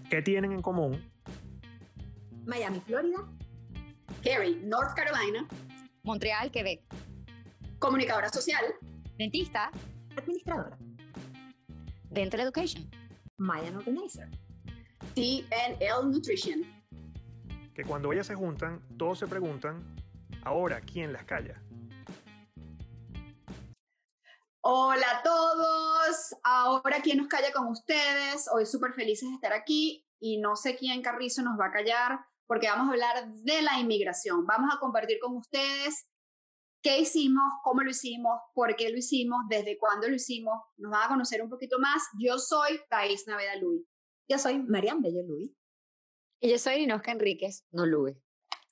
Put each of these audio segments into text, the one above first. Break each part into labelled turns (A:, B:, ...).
A: ¿Qué tienen en común?
B: Miami, Florida.
C: Cary, North Carolina.
D: Montreal, Quebec.
C: Comunicadora social.
D: Dentista.
B: Administradora.
D: Dental Education.
B: Mayan Organizer.
C: TNL Nutrition.
A: Que cuando ellas se juntan, todos se preguntan, ahora, ¿quién las calla?
C: Hola a todos, ahora quién nos calla con ustedes. Hoy súper felices de estar aquí y no sé quién carrizo nos va a callar porque vamos a hablar de la inmigración. Vamos a compartir con ustedes qué hicimos, cómo lo hicimos, por qué lo hicimos, desde cuándo lo hicimos. Nos van a conocer un poquito más. Yo soy Thais Naveda Luis.
B: Yo soy Marian Bello Luis.
D: Y yo soy Ninosca Enríquez, no Lube.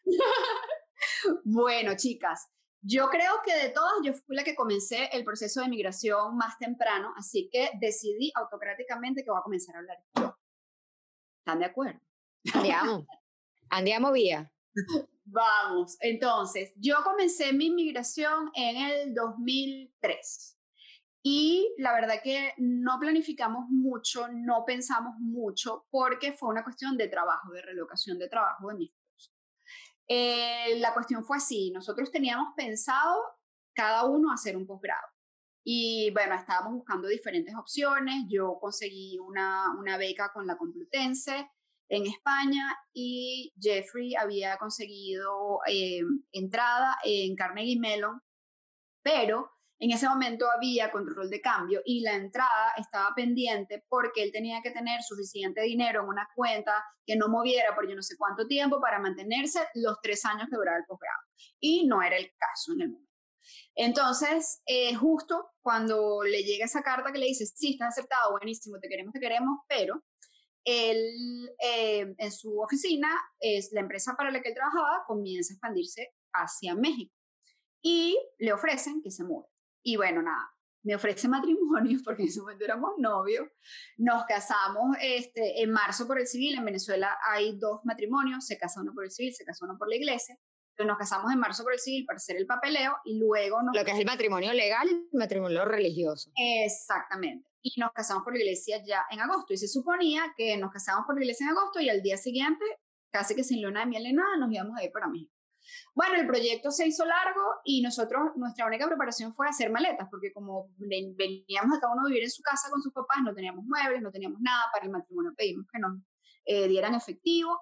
C: Bueno, chicas, yo creo que de todas yo fui la que comencé el proceso de migración más temprano, así que decidí autocráticamente que voy a comenzar a hablar yo. ¿Están de acuerdo?
D: Andiamo vía.
C: Vamos, entonces, yo comencé mi migración en el 2003 y la verdad que no planificamos mucho, no pensamos mucho porque fue una cuestión de trabajo, de relocación de trabajo de mi esposo. La cuestión fue así, nosotros teníamos pensado cada uno hacer un posgrado y bueno, estábamos buscando diferentes opciones, yo conseguí una beca con la Complutense en España y Jeffrey había conseguido entrada en Carnegie Mellon, pero en ese momento había control de cambio y la entrada estaba pendiente porque él tenía que tener suficiente dinero en una cuenta que no moviera por yo no sé cuánto tiempo para mantenerse los 3 años que duraba el posgrado. Y no era el caso en el momento. Entonces, justo cuando le llega esa carta que le dice, sí, estás aceptado, buenísimo, te queremos, pero él en su oficina, la empresa para la que él trabajaba comienza a expandirse hacia México y le ofrecen que se mude. Y bueno, nada, me ofrece matrimonio porque en ese momento éramos novios, nos casamos en marzo por el civil, en Venezuela hay 2 matrimonios, se casa uno por el civil, se casa uno por la iglesia, pero nos casamos en marzo por el civil para hacer el papeleo y luego
D: Lo que es el matrimonio legal y el matrimonio religioso.
C: Exactamente. Y nos casamos por la iglesia ya en agosto. Y se suponía que nos casamos por la iglesia en agosto y al día siguiente, casi que sin luna de miel ni nada, nos íbamos a ir para México. Bueno, el proyecto se hizo largo y nosotros, nuestra única preparación fue hacer maletas, porque como veníamos a cada uno a vivir en su casa con sus papás, no teníamos muebles, no teníamos nada, para el matrimonio pedimos que nos dieran efectivo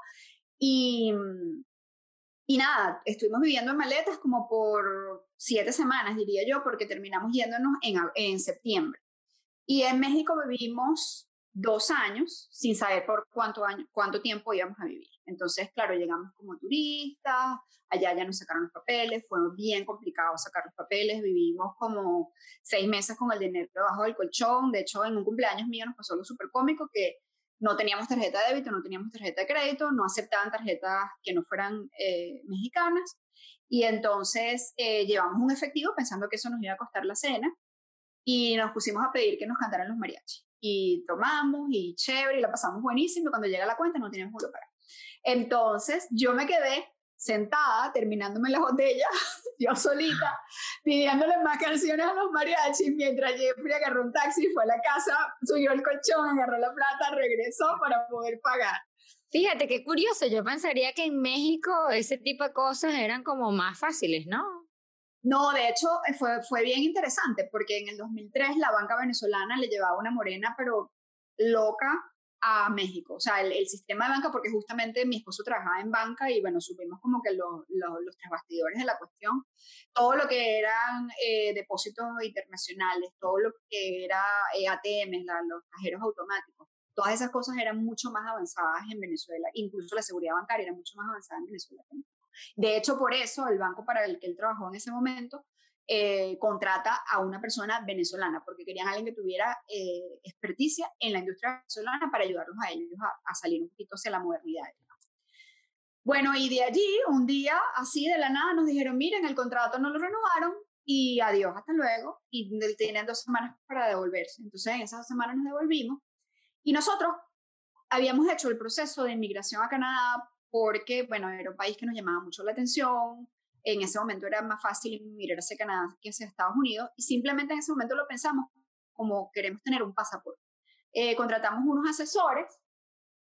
C: y nada, estuvimos viviendo en maletas como por 7 semanas, diría yo, porque terminamos yéndonos en septiembre. Y en México vivimos 2 años sin saber por cuánto tiempo íbamos a vivir. Entonces, claro, llegamos como turistas, allá ya nos sacaron los papeles, fue bien complicado sacar los papeles, vivimos como 6 meses con el dinero debajo del colchón. De hecho, en un cumpleaños mío nos pasó algo súper cómico, que no teníamos tarjeta de débito, no teníamos tarjeta de crédito, no aceptaban tarjetas que no fueran mexicanas, y entonces llevamos un efectivo pensando que eso nos iba a costar la cena, y nos pusimos a pedir que nos cantaran los mariachis. Y tomamos, y chévere, y la pasamos buenísimo, y cuando llega la cuenta no teníamos cómo pagar. Entonces yo me quedé sentada, terminándome las botellas, yo solita, pidiéndole más canciones a los mariachis, mientras Jeffrey agarró un taxi, fue a la casa, subió el colchón, agarró la plata, regresó para poder pagar.
D: Fíjate qué curioso, yo pensaría que en México ese tipo de cosas eran como más fáciles, ¿no?
C: No, de hecho fue bien interesante porque en el 2003 la banca venezolana le llevaba una morena pero loca a México, o sea, el sistema de banca, porque justamente mi esposo trabajaba en banca y bueno, supimos como que los tras bastidores de la cuestión, todo lo que eran depósitos internacionales, todo lo que era ATMs, los cajeros automáticos, todas esas cosas eran mucho más avanzadas en Venezuela, incluso la seguridad bancaria era mucho más avanzada en Venezuela también. De hecho, por eso el banco para el que él trabajó en ese momento contrata a una persona venezolana, porque querían a alguien que tuviera experticia en la industria venezolana para ayudarlos a ellos a salir un poquito hacia la modernidad. Bueno, y de allí, un día, así de la nada, nos dijeron, miren, el contrato no lo renovaron y adiós, hasta luego, y tienen 2 semanas para devolverse. Entonces, en esas 2 semanas nos devolvimos y nosotros habíamos hecho el proceso de inmigración a Canadá porque, bueno, era un país que nos llamaba mucho la atención. En ese momento era más fácil migrar hacia Canadá que hacia Estados Unidos, y simplemente en ese momento lo pensamos como queremos tener un pasaporte. Contratamos unos asesores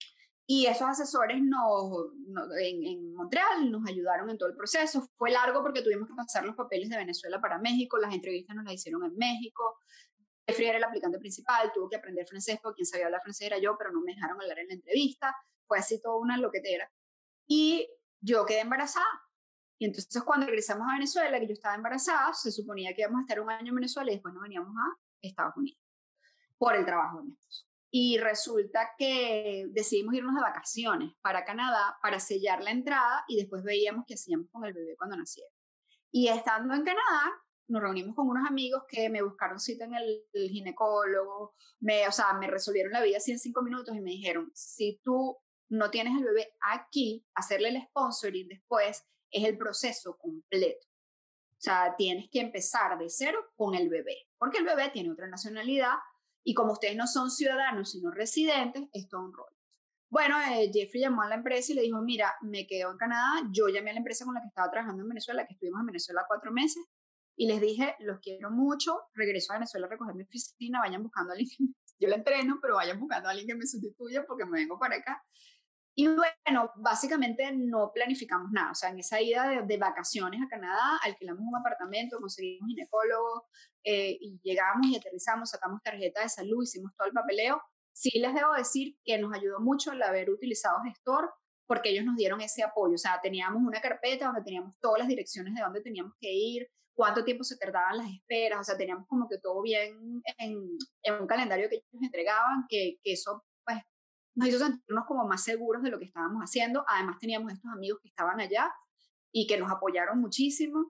C: Y esos asesores en Montreal nos ayudaron en todo el proceso. Fue largo porque tuvimos que pasar los papeles de Venezuela para México, las entrevistas nos las hicieron en México. Jeffrey era el aplicante principal, tuvo que aprender francés porque quien sabía hablar francés era yo, pero no me dejaron hablar en la entrevista. Fue así toda una loquetera. Y yo quedé embarazada. Y entonces cuando regresamos a Venezuela, que yo estaba embarazada, se suponía que íbamos a estar un año en Venezuela y después nos veníamos a Estados Unidos por el trabajo de mi esposo. Y resulta que decidimos irnos de vacaciones para Canadá para sellar la entrada y después veíamos qué hacíamos con el bebé cuando naciera. Y estando en Canadá, nos reunimos con unos amigos que me buscaron cita en el ginecólogo, me resolvieron la vida así en 5 minutos y me dijeron, si tú no tienes el bebé aquí, hacerle el sponsoring después es el proceso completo. O sea, tienes que empezar de cero con el bebé, porque el bebé tiene otra nacionalidad y como ustedes no son ciudadanos sino residentes, es todo un rollo. Bueno, Jeffrey llamó a la empresa y le dijo, mira, me quedo en Canadá, yo llamé a la empresa con la que estaba trabajando en Venezuela, que estuvimos en Venezuela 4 meses, y les dije, los quiero mucho, regreso a Venezuela a recoger mi oficina, vayan buscando a alguien yo la entreno, pero vayan buscando a alguien que me sustituya porque me vengo para acá. Y bueno, básicamente no planificamos nada, o sea, en esa ida de vacaciones a Canadá, alquilamos un apartamento, conseguimos ginecólogo, y llegamos y aterrizamos, sacamos tarjeta de salud, hicimos todo el papeleo. Sí les debo decir que nos ayudó mucho el haber utilizado Gestor, porque ellos nos dieron ese apoyo, o sea, teníamos una carpeta donde teníamos todas las direcciones de dónde teníamos que ir, cuánto tiempo se tardaban las esperas, o sea, teníamos como que todo bien en un calendario que ellos entregaban, que eso pues nos hizo sentirnos como más seguros de lo que estábamos haciendo. Además teníamos estos amigos que estaban allá y que nos apoyaron muchísimo.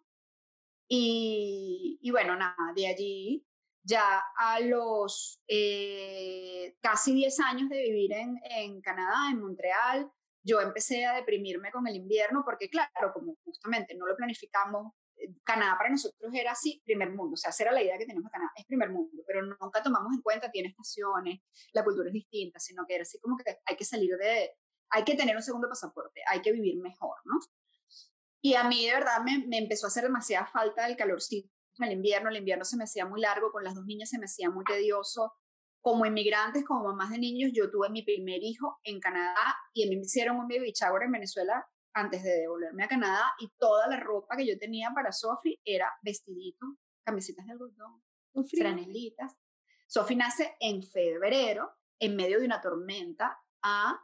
C: Y bueno, nada, de allí ya a los casi 10 años de vivir en Canadá, en Montreal, yo empecé a deprimirme con el invierno porque claro, como justamente no lo planificamos, Canadá para nosotros era así, primer mundo, o sea, esa era la idea que teníamos de Canadá, es primer mundo, pero nunca tomamos en cuenta, tiene estaciones, la cultura es distinta, sino que era así como que hay que tener un segundo pasaporte, hay que vivir mejor, ¿no? Y a mí de verdad me empezó a hacer demasiada falta el calorcito en el invierno se me hacía muy largo, con las 2 niñas se me hacía muy tedioso. Como inmigrantes, como mamás de niños, yo tuve mi primer hijo en Canadá y a mí me hicieron un baby shower en Venezuela antes de devolverme a Canadá y toda la ropa que yo tenía para Sophie era vestidito, camisetas de algodón, franelitas. Sophie nace en febrero, en medio de una tormenta, a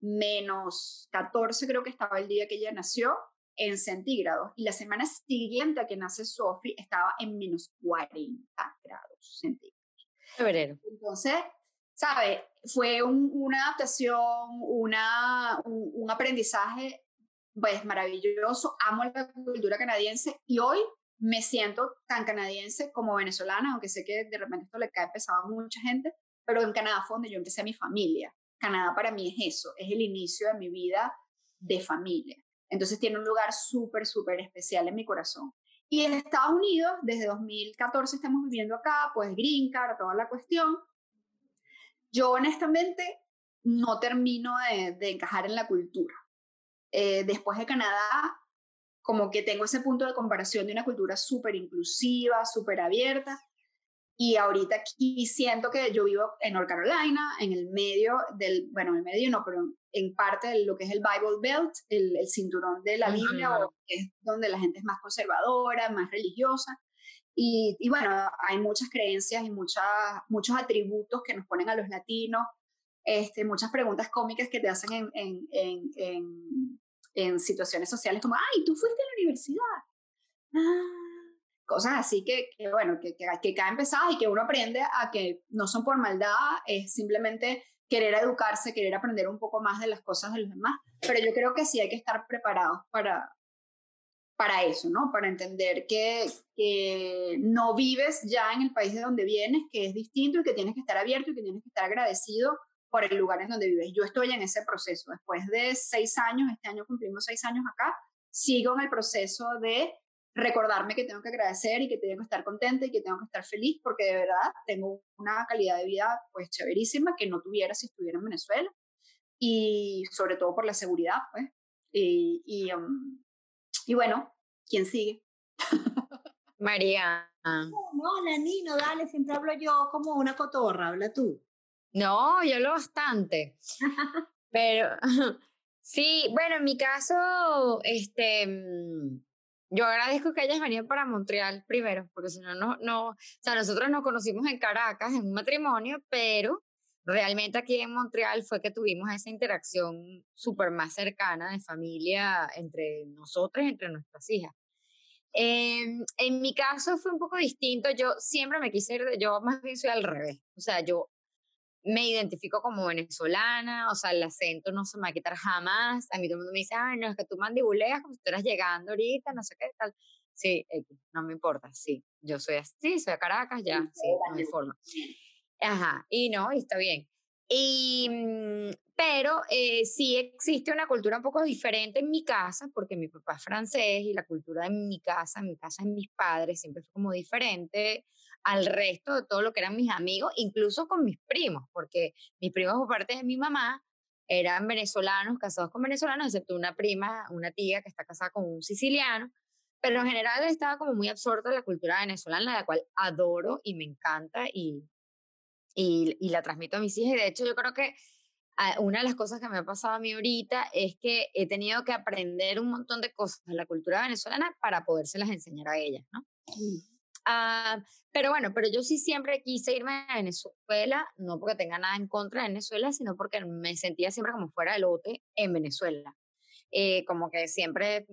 C: -14 creo que estaba el día que ella nació, en centígrados. Y la semana siguiente a que nace Sophie estaba en -40 grados centígrados.
D: Febrero.
C: Entonces, ¿sabes? Fue una adaptación, un aprendizaje pues maravilloso. Amo la cultura canadiense y hoy me siento tan canadiense como venezolana, aunque sé que de repente esto le cae pesado a mucha gente, pero en Canadá fue donde yo empecé mi familia. Canadá para mí es eso, es el inicio de mi vida de familia. Entonces tiene un lugar súper, súper especial en mi corazón. Y en Estados Unidos, desde 2014 estamos viviendo acá, pues Green Card, toda la cuestión. Yo honestamente no termino de encajar en la cultura. Después de Canadá, como que tengo ese punto de comparación de una cultura súper inclusiva, súper abierta. Y ahorita aquí siento que yo vivo en North Carolina, en el medio en el medio no, pero en parte de lo que es el Bible Belt, el cinturón de la Biblia, o que es donde la gente es más conservadora, más religiosa. Y bueno, hay muchas creencias y muchos atributos que nos ponen a los latinos, muchas preguntas cómicas que te hacen en situaciones sociales como, ay, ¿tú fuiste a la universidad? Cosas así que caen pesadas y que uno aprende a que no son por maldad, es simplemente querer educarse, querer aprender un poco más de las cosas de los demás, pero yo creo que sí hay que estar preparados para eso, ¿no? Para entender que no vives ya en el país de donde vienes, que es distinto y que tienes que estar abierto y que tienes que estar agradecido por el lugar en donde vives. Yo estoy en ese proceso. Después de 6 años, este año cumplimos 6 años acá, sigo en el proceso de recordarme que tengo que agradecer y que tengo que estar contenta y que tengo que estar feliz porque de verdad tengo una calidad de vida pues chéverísima que no tuviera si estuviera en Venezuela y sobre todo por la seguridad pues y bueno, ¿quién sigue?
D: María.
B: No, Nani, no, dale, siempre hablo yo como una cotorra, habla tú.
D: No, yo hablo bastante. Pero sí, bueno, en mi caso, yo agradezco que hayas venido para Montreal primero, porque si no, o sea, nosotros nos conocimos en Caracas en un matrimonio, pero realmente aquí en Montreal fue que tuvimos esa interacción súper más cercana de familia entre nosotros, entre nuestras hijas. En mi caso fue un poco distinto, yo siempre me quise ir, yo más bien soy al revés, o sea, yo me identifico como venezolana, o sea, el acento no se me va a quitar jamás. A mí todo el mundo me dice, ay, no, es que tú mandibuleas como si estuvieras llegando ahorita, no sé qué tal. Sí, no me importa, sí, yo soy así, soy de Caracas, ya, sí, no hay forma. Ajá, y no, y está bien. Pero sí existe una cultura un poco diferente en mi casa, porque mi papá es francés y la cultura de mi casa de mis padres, siempre fue como diferente al resto de todo lo que eran mis amigos, incluso con mis primos, porque mis primos por parte de mi mamá eran venezolanos, casados con venezolanos, excepto una prima, una tía que está casada con un siciliano, pero en general estaba como muy absorta en la cultura venezolana, la cual adoro y me encanta y la transmito a mis hijas. Y de hecho yo creo que una de las cosas que me ha pasado a mí ahorita es que he tenido que aprender un montón de cosas de la cultura venezolana para podérselas enseñar a ellas, ¿no? Ah, pero bueno, pero yo sí siempre quise irme a Venezuela, no porque tenga nada en contra de Venezuela, sino porque me sentía siempre como fuera del lote en Venezuela. Como que siempre,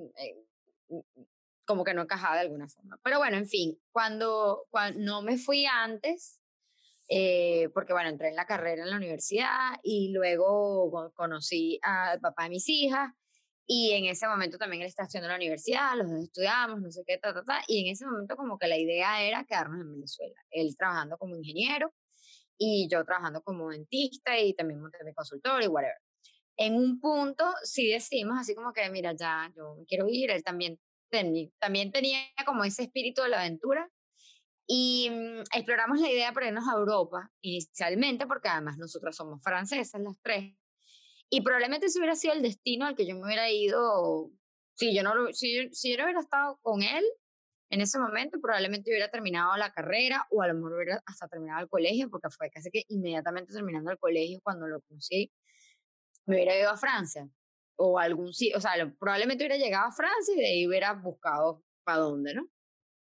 D: como que no encajaba de alguna forma. Pero bueno, en fin, cuando no me fui antes, porque bueno, entré en la carrera en la universidad y luego conocí al papá de mis hijas y en ese momento también él está estudiando en la universidad, los dos estudiamos, no sé qué, y en ese momento como que la idea era quedarnos en Venezuela, él trabajando como ingeniero y yo trabajando como dentista y también monté mi consultorio y whatever. En un punto sí decidimos así como que, mira, ya, yo me quiero ir, él también tenía como ese espíritu de la aventura y exploramos la idea para irnos a Europa inicialmente, porque además nosotras somos francesas las tres. Y probablemente ese hubiera sido el destino al que yo me hubiera ido. Si yo no, si yo no hubiera estado con él en ese momento, probablemente hubiera terminado la carrera o a lo mejor hubiera hasta terminado el colegio, porque fue casi que inmediatamente terminando el colegio cuando lo conocí, me hubiera ido a Francia o a algún sitio. O sea, probablemente hubiera llegado a Francia y de ahí hubiera buscado para dónde, ¿no?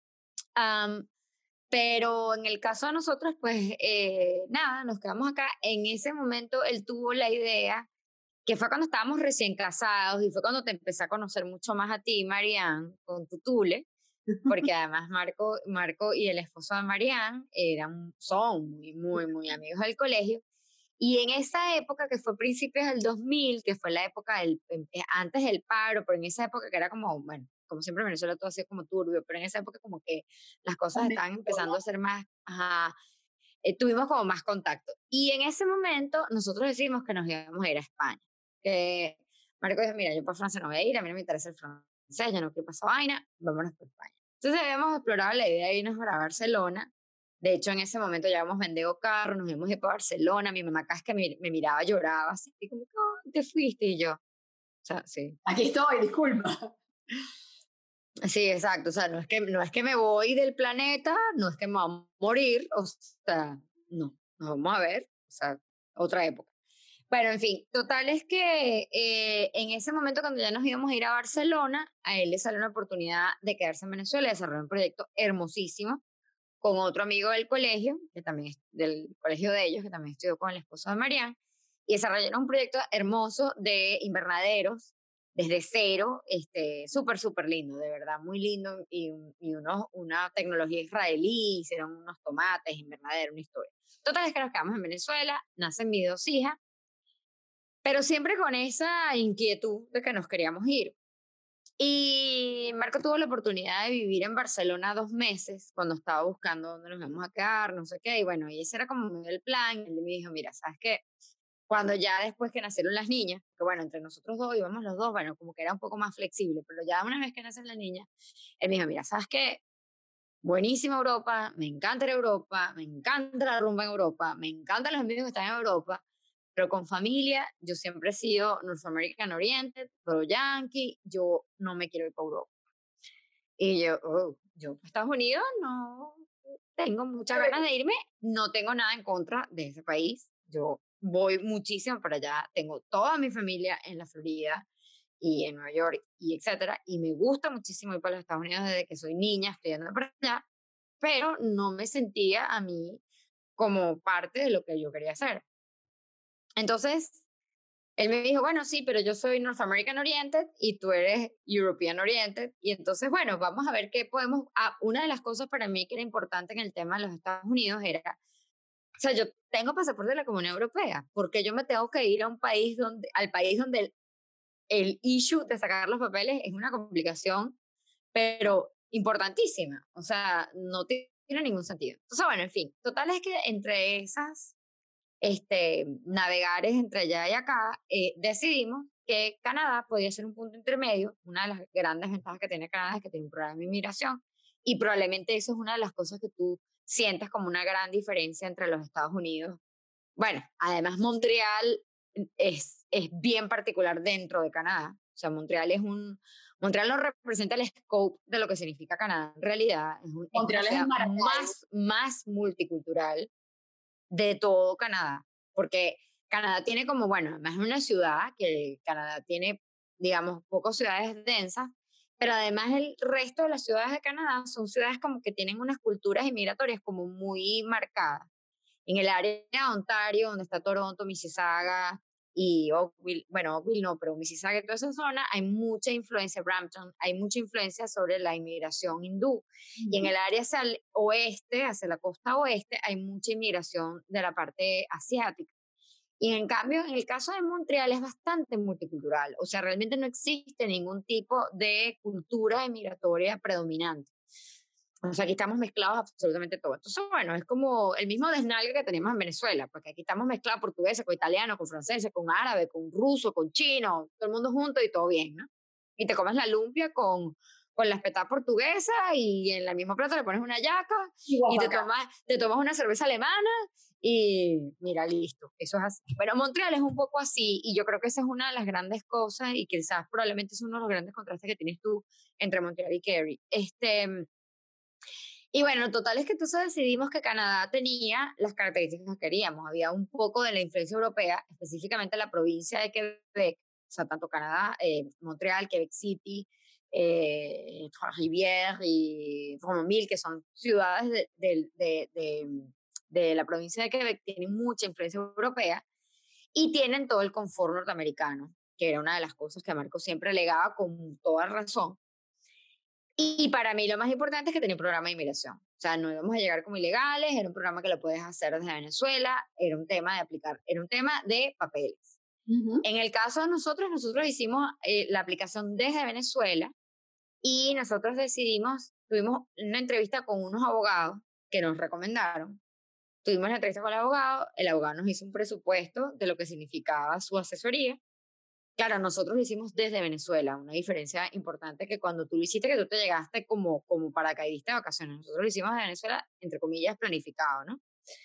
D: Am, pero en el caso de nosotros, pues nada, nos quedamos acá. En ese momento él tuvo la idea, que fue cuando estábamos recién casados y fue cuando te empecé a conocer mucho más a ti, Marianne, con tu Tule, porque además Marco y el esposo de Marianne son muy, muy, muy amigos del colegio. Y en esa época, que fue principios del 2000, que fue la época antes del paro, pero en esa época que era como, bueno, como siempre en Venezuela todo ha sido como turbio, pero en esa época como que las cosas estaban empezando a ser más, ajá, tuvimos como más contacto. Y en ese momento nosotros decidimos que nos íbamos a ir a España. Que Marco dijo, mira, yo por Francia no voy a ir, a mí no me interesa el francés, yo no quiero pasar vaina, vámonos por España. Entonces habíamos explorado la idea de irnos para Barcelona. De hecho, en ese momento ya habíamos vendido carro, nos íbamos a ir para Barcelona. Mi mamá casi que me miraba, lloraba así, como, no, te fuiste. Y yo, o sea, sí.
C: Aquí estoy, disculpa.
D: Sí, exacto. O sea, no es que me voy del planeta, no es que me voy a morir, o sea, no, nos vamos a ver, o sea, otra época. Bueno, en fin, total es que en ese momento cuando ya nos íbamos a ir a Barcelona, a él le salió una oportunidad de quedarse en Venezuela y desarrollar un proyecto hermosísimo con otro amigo del colegio, que también es del colegio de ellos, que también estudió con el esposo de Marianne, y desarrollaron un proyecto hermoso de invernaderos desde cero, súper, súper lindo, de verdad, muy lindo, y una tecnología israelí, hicieron unos tomates, invernaderos, una historia. Total es que nos quedamos en Venezuela, nacen mis dos hijas, pero siempre con esa inquietud de que nos queríamos ir. Y Marco tuvo la oportunidad de vivir en Barcelona 2 meses cuando estaba buscando dónde nos íbamos a quedar, no sé qué, y bueno, y ese era como el plan. Él me dijo, mira, ¿sabes qué? Cuando ya después que nacieron las niñas, que bueno, entre nosotros dos íbamos los dos, bueno, como que era un poco más flexible, pero ya una vez que nacen las niñas, él me dijo, mira, ¿sabes qué? Buenísima Europa, me encanta Europa, me encanta la rumba en Europa, me encantan los amigos que están en Europa, pero con familia, yo siempre he sido North American Oriented, pro Yankee, yo no me quiero ir para Europa. Y yo para Estados Unidos no tengo muchas ganas de irme, no tengo nada en contra de ese país, yo voy muchísimo para allá, tengo toda mi familia en la Florida y en Nueva York y etcétera, y me gusta muchísimo ir para los Estados Unidos desde que soy niña, estoy yendo para allá, pero no me sentía a mí como parte de lo que yo quería hacer. Entonces, él me dijo, bueno, sí, pero yo soy North American Oriented y tú eres European Oriented. Y entonces, bueno, vamos a ver qué podemos... una de las cosas para mí que era importante en el tema de los Estados Unidos era, o sea, yo tengo pasaporte de la Comunidad Europea, porque yo me tengo que ir a un país donde, al país donde el issue de sacar los papeles es una complicación, pero importantísima. O sea, no tiene ningún sentido. Entonces, bueno, en fin, total es que entre esas navegares entre allá y acá, decidimos que Canadá podía ser un punto intermedio. Una de las grandes ventajas que tiene Canadá es que tiene un programa de inmigración y probablemente eso es una de las cosas que tú sientes como una gran diferencia entre los Estados Unidos. Bueno, además Montreal es bien particular dentro de Canadá. O sea, Montreal no representa el scope de lo que significa Canadá. En realidad es
C: Montreal es
D: una ciudad más multicultural de todo Canadá, porque Canadá tiene como, bueno, además es una ciudad que Canadá tiene, digamos, pocas ciudades densas, pero además el resto de las ciudades de Canadá son ciudades como que tienen unas culturas inmigratorias como muy marcadas. En el área de Ontario, donde está Toronto, Mississauga y Oakville, bueno, Oakville no, pero Mississauga y toda esa zona, hay mucha influencia, Brampton, hay mucha influencia sobre la inmigración hindú. Y en el área hacia el oeste, hacia la costa oeste, hay mucha inmigración de la parte asiática. Y en cambio, en el caso de Montreal es bastante multicultural, o sea, realmente no existe ningún tipo de cultura migratoria predominante. O sea, aquí estamos mezclados absolutamente todo. Entonces, bueno, es como el mismo desnalgue que tenemos en Venezuela, porque aquí estamos mezclados portugués con italiano, con francés, con árabe, con ruso, con chino, todo el mundo junto y todo bien, ¿no? Y te comes la lumpia con la espetada portuguesa y en el mismo plato le pones una yaca y te tomas una cerveza alemana y mira, listo, eso es así. Bueno, Montreal es un poco así y yo creo que esa es una de las grandes cosas y quizás probablemente es uno de los grandes contrastes que tienes tú entre Montreal y Kerry. Y bueno, total es que entonces decidimos que Canadá tenía las características que queríamos. Había un poco de la influencia europea, específicamente la provincia de Quebec, o sea, tanto Canadá, Montreal, Quebec City, Trois-Rivières y Drummondville, que son ciudades de la provincia de Quebec, tienen mucha influencia europea y tienen todo el confort norteamericano, que era una de las cosas que Marco siempre alegaba con toda razón. Y para mí lo más importante es que tenía un programa de inmigración. O sea, no íbamos a llegar como ilegales, era un programa que lo puedes hacer desde Venezuela, era un tema de aplicar, era un tema de papeles. En el caso de nosotros hicimos la aplicación desde Venezuela y nosotros tuvimos una entrevista con unos abogados que nos recomendaron. Tuvimos la entrevista con el abogado nos hizo un presupuesto de lo que significaba su asesoría. Claro, nosotros lo hicimos desde Venezuela, una diferencia importante que cuando tú lo hiciste, que tú te llegaste como paracaidista de vacaciones, nosotros lo hicimos de Venezuela, entre comillas, planificado, ¿no?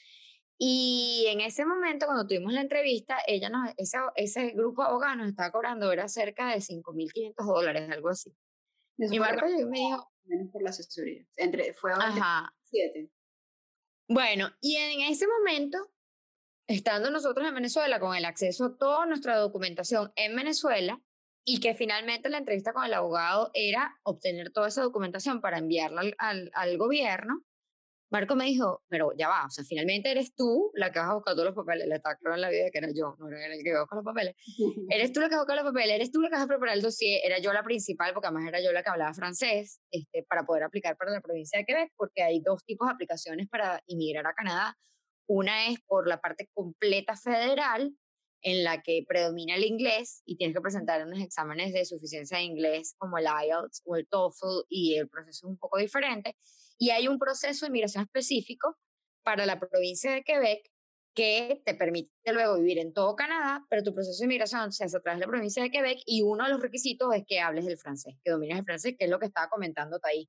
D: Y en ese momento, cuando tuvimos la entrevista, ese grupo de abogados nos estaba cobrando, era cerca de $5,500, algo así.
C: Eso
D: y Marco me dijo...
C: Menos por la asesoría. Fue
D: ajá.
C: 7.
D: Bueno, y en ese momento estando nosotros en Venezuela con el acceso a toda nuestra documentación en Venezuela y que finalmente la entrevista con el abogado era obtener toda esa documentación para enviarla al gobierno, Marco me dijo, pero ya va, o sea, finalmente eres tú la que vas a buscar todos los papeles, le estaba claro en la vida que era yo, no era él el que iba a buscar los papeles, eres tú la que va a buscar los papeles, eres tú la que vas a preparar el dossier, era yo la principal, porque además era yo la que hablaba francés, para poder aplicar para la provincia de Quebec, porque hay dos tipos de aplicaciones para inmigrar a Canadá. Una es por la parte completa federal, en la que predomina el inglés y tienes que presentar unos exámenes de suficiencia de inglés como el IELTS o el TOEFL y el proceso es un poco diferente. Y hay un proceso de inmigración específico para la provincia de Quebec que te permite luego vivir en todo Canadá, pero tu proceso de inmigración se hace a través de la provincia de Quebec y uno de los requisitos es que hables el francés, que domines el francés, que es lo que estaba comentando ahí.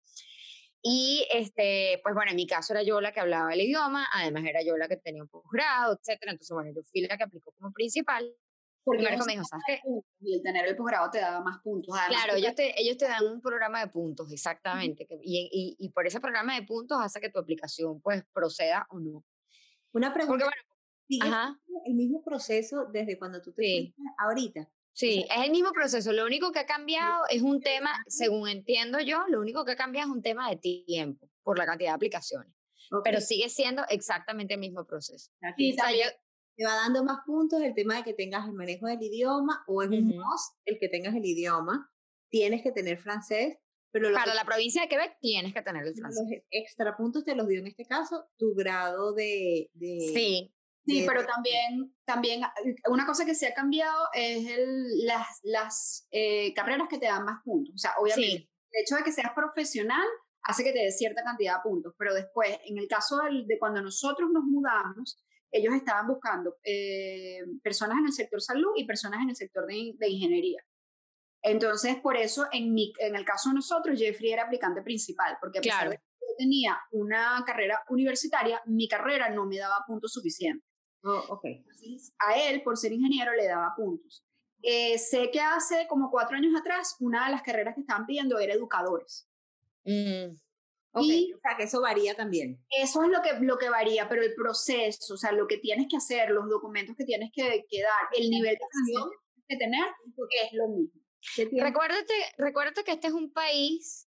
D: Y pues bueno, en mi caso era yo la que hablaba el idioma, además era yo la que tenía un posgrado, etcétera. Entonces, bueno, yo fui la que aplicó como principal.
C: Porque
D: Marco me dijo, ¿sabes qué?
C: Y el tener el posgrado te daba más puntos. Además,
D: claro, ellos te dan un programa de puntos, exactamente. Y por ese programa de puntos hace que tu aplicación pues proceda o no.
B: Una pregunta.
D: Porque, bueno,
B: Sigue
D: Ajá,
B: siendo el mismo proceso desde cuando tú te
D: sí.
B: fuiste ahorita. O
D: Sí,
B: sea,
D: es el mismo proceso. Lo único que ha cambiado es un tema, según entiendo yo, lo único que ha cambiado es un tema de tiempo por la cantidad de aplicaciones.
B: ok,
D: Pero sigue siendo exactamente el mismo proceso.
C: Y
D: O sea, yo,
C: también,
B: te va dando más puntos el tema de que tengas el manejo del idioma o es un
D: ujú.
B: must el que tengas el idioma. Tienes que tener francés, pero lo que
D: Para la provincia de Quebec tienes que tener el
B: los
D: francés.
B: extra puntos te los dio en este caso tu grado
D: Sí,
C: sí,
B: de
C: pero también una cosa que se ha cambiado es las carreras que te dan más puntos. O sea, obviamente,
D: sí,
C: el hecho de que seas profesional hace que te dé cierta cantidad de puntos, pero después, en el caso de cuando nosotros nos mudamos, ellos estaban buscando personas en el sector salud y personas en el sector de ingeniería. Entonces, por eso, en el caso de nosotros, Jeffrey era aplicante principal, porque a pesar de
D: claro.
C: que yo tenía una carrera universitaria, mi carrera no me daba puntos suficientes.
B: Oh, ok.
C: Entonces, a él, por ser ingeniero, le daba puntos. Sé que hace como 4 años atrás, una de las carreras que estaban pidiendo era educadores.
D: Mm,
B: Ok,
C: Y
B: o sea que eso varía también.
C: eso es lo que varía, pero el proceso, o sea, lo que tienes que hacer, los documentos que dar, el nivel de francés
B: Educación,
C: que tienes que tener, es lo mismo.
B: ¿qué tiempo?
D: recuérdate que este es un país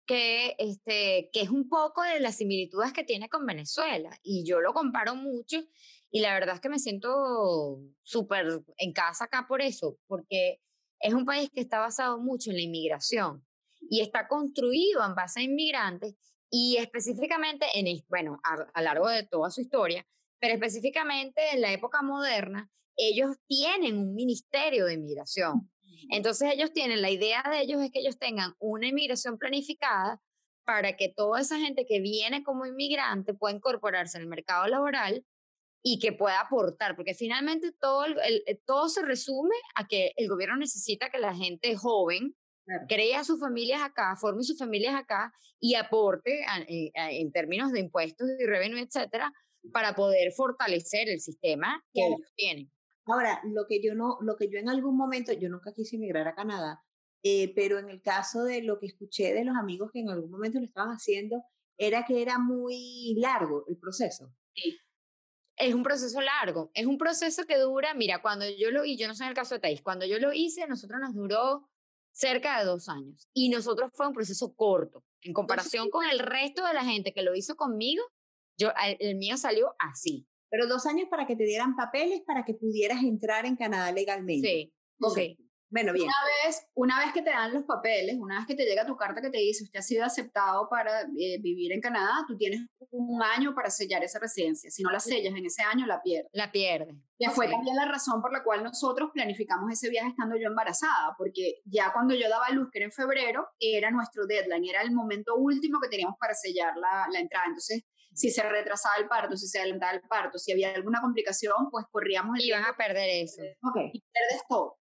D: que es un poco de las similitudes que tiene con Venezuela y yo lo comparo mucho y la verdad es que me siento súper en casa acá por eso, porque es un país que está basado mucho en la inmigración y está construido en base a inmigrantes y específicamente bueno, a lo largo de toda su historia, pero específicamente en la época moderna, ellos tienen un ministerio de inmigración. Entonces ellos tienen, la idea de ellos es que ellos tengan una inmigración planificada para que toda esa gente que viene como inmigrante pueda incorporarse en el mercado laboral y que pueda aportar, porque finalmente todo se resume a que el gobierno necesita que la gente joven
B: Claro.
D: crea sus familias acá, forme sus familias acá y aporte en términos de impuestos y revenue, etcétera, para poder fortalecer el sistema que
B: Claro.
D: ellos tienen.
B: Ahora, lo que yo en algún momento, yo nunca quise emigrar a Canadá, pero en el caso de lo que escuché de los amigos que en algún momento lo estaban haciendo, era que era muy largo el proceso.
C: Sí.
D: Es un proceso largo, es un proceso que dura, mira, cuando yo lo hice, yo no sé en el caso de Thais, cuando yo lo hice, nosotros nos duró cerca de 2 años y nosotros fue un proceso corto en
B: Entonces,
D: comparación con el resto de la gente que lo hizo conmigo, el mío salió así.
B: pero 2 años para que te dieran papeles para que pudieras entrar en Canadá legalmente.
D: Sí,
B: Ok,
D: sí.
B: bueno, bien.
C: Una vez que te dan los papeles, una vez que te llega tu carta que te dice usted ha sido aceptado para vivir en Canadá, tú tienes un año para sellar esa residencia. Si no la sellas en ese año, la pierdes.
D: La pierde.
C: Que fue
D: Sí.
C: también la razón por la cual nosotros planificamos ese viaje estando yo embarazada, porque ya cuando yo daba a luz, que era en febrero, era nuestro deadline, era el momento último que teníamos para sellar la entrada. Entonces, si se retrasaba el parto, si se adelantaba el parto, si había alguna complicación, pues corríamos el
D: Y van
C: riesgo
D: a perder eso.
B: Ok,
C: y pierdes todo.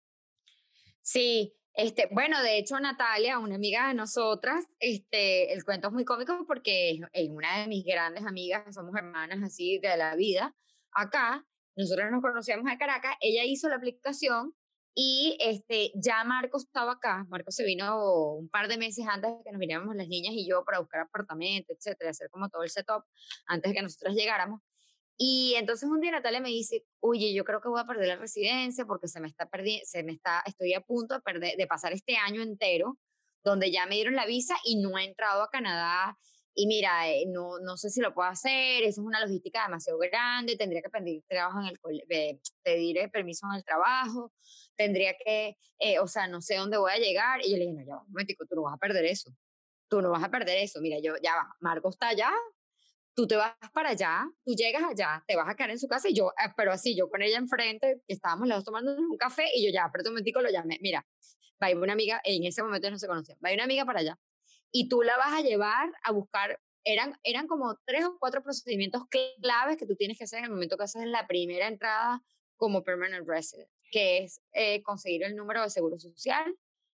D: Sí, bueno, de hecho Natalia, una amiga de nosotras, el cuento es muy cómico porque es una de mis grandes amigas, somos hermanas así de la vida. Acá, nosotros nos conocíamos en Caracas, ella hizo la aplicación y ya Marco estaba acá. Marco se vino un par de meses antes de que nos viniéramos las niñas y yo para buscar apartamento, etcétera, hacer como todo el setup antes de que nosotras llegáramos. Y entonces un día Natalia me dice, oye, yo creo que voy a perder la residencia porque estoy a punto de pasar este año entero donde ya me dieron la visa y no he entrado a Canadá. Y mira, no sé si lo puedo hacer, eso es una logística demasiado grande, tendría que pedir trabajo pedir permiso en el trabajo, tendría que, o sea, no sé dónde voy a llegar. Y yo le dije, no, ya va, un momentico, tú no vas a perder eso, tú no vas a perder eso. Mira, ya va, Marco está allá, tú te vas para allá, tú llegas allá, te vas a quedar en su casa y yo, pero así, yo con ella enfrente, que estábamos los dos tomando un café y yo ya, pero un momentico lo llamé, mira, va a ir una amiga, en ese momento no se conocían, va a ir una amiga para allá y tú la vas a llevar a buscar, eran como 3 o 4 procedimientos claves que tú tienes que hacer en el momento que haces la primera entrada como permanent resident, que es conseguir el número de seguro social,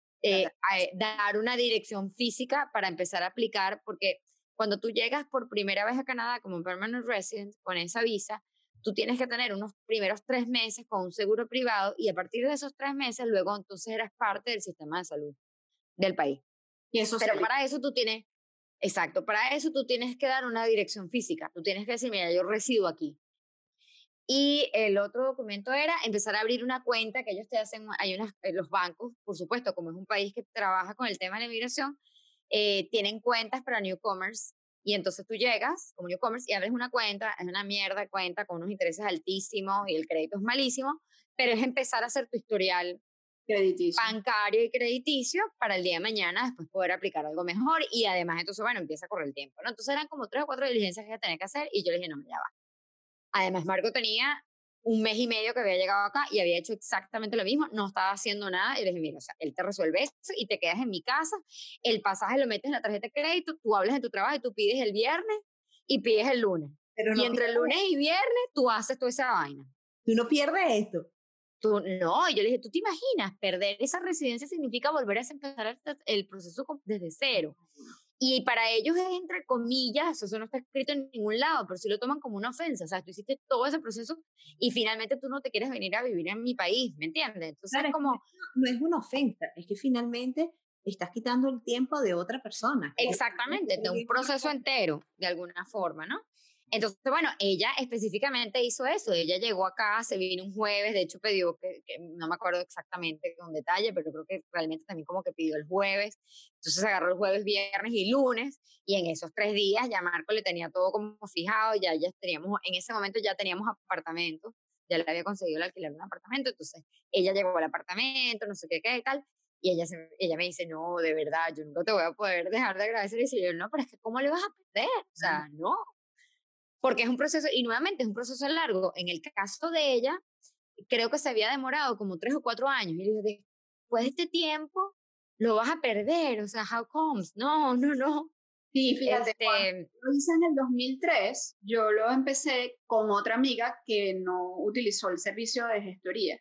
D: dar una dirección física para empezar a aplicar, porque cuando tú llegas por primera vez a Canadá como permanent resident con esa visa, tú tienes que tener unos primeros 3 meses con un seguro privado y a partir de esos 3 meses luego entonces eras parte del sistema de salud del país.
C: Y eso
D: Pero para eso tú tienes, exacto, para eso tú tienes que dar una dirección física. Tú tienes que decir, mira, yo resido aquí. Y el otro documento era empezar a abrir una cuenta que ellos te hacen, los bancos, por supuesto, como es un país que trabaja con el tema de la inmigración, tienen cuentas para newcomers. Y entonces tú llegas como newcomers y abres una cuenta, es una mierda de cuenta con unos intereses altísimos y el crédito es malísimo, pero es empezar a hacer tu historial
C: Crediticio.
D: bancario y crediticio para el día de mañana después poder aplicar algo mejor y además entonces, bueno, empieza a correr el tiempo, ¿no? Entonces eran como 3 o 4 diligencias que ella tenía que hacer y yo le dije, no, ya va. Además, Marco tenía un mes y medio que había llegado acá y había hecho exactamente lo mismo, no estaba haciendo nada y le dije, mira, o sea, él te resuelve eso y te quedas en mi casa, el pasaje lo metes en la tarjeta de crédito, tú hablas de tu trabajo y tú pides el viernes y pides el lunes.
B: Pero
D: Y
B: no
D: entre el lunes y viernes tú haces toda esa vaina.
B: tú no pierdes esto.
D: Tú, no, yo le dije, ¿tú te imaginas? Perder esa residencia significa volver a empezar el proceso desde cero. Y para ellos es entre comillas, eso no está escrito en ningún lado, pero sí lo toman como una ofensa. O sea, tú hiciste todo ese proceso y finalmente tú no te quieres venir a vivir en mi país, ¿me entiendes? Entonces
B: Claro,
D: es como...
B: no es una ofensa, es que finalmente estás quitando el tiempo de otra persona.
D: Exactamente, de un proceso entero, de alguna forma, ¿no? Entonces, bueno, ella específicamente hizo eso, ella llegó acá, se vino un jueves, de hecho pidió, que no me acuerdo exactamente con detalle, pero creo que realmente también como que pidió el jueves, entonces agarró el jueves, viernes y lunes, y en esos 3 días ya Marco le tenía todo como fijado, ya teníamos, en ese momento ya teníamos apartamento, ya le había conseguido el alquiler de un apartamento, entonces ella llegó al apartamento, no sé qué y tal, y ella me dice, no, de verdad, yo nunca te voy a poder dejar de agradecer. Y yo, no, pero es que ¿cómo le vas a perder? O sea, no. Porque es un proceso, y nuevamente es un proceso largo. En el caso de ella, creo que se había demorado como 3 o 4 años. Y le dije, después de este tiempo, lo vas a perder. O sea, how comes? No, no, no.
C: Sí, fíjate, cuando lo hice en el 2003, yo lo empecé con otra amiga que no utilizó el servicio de gestoría.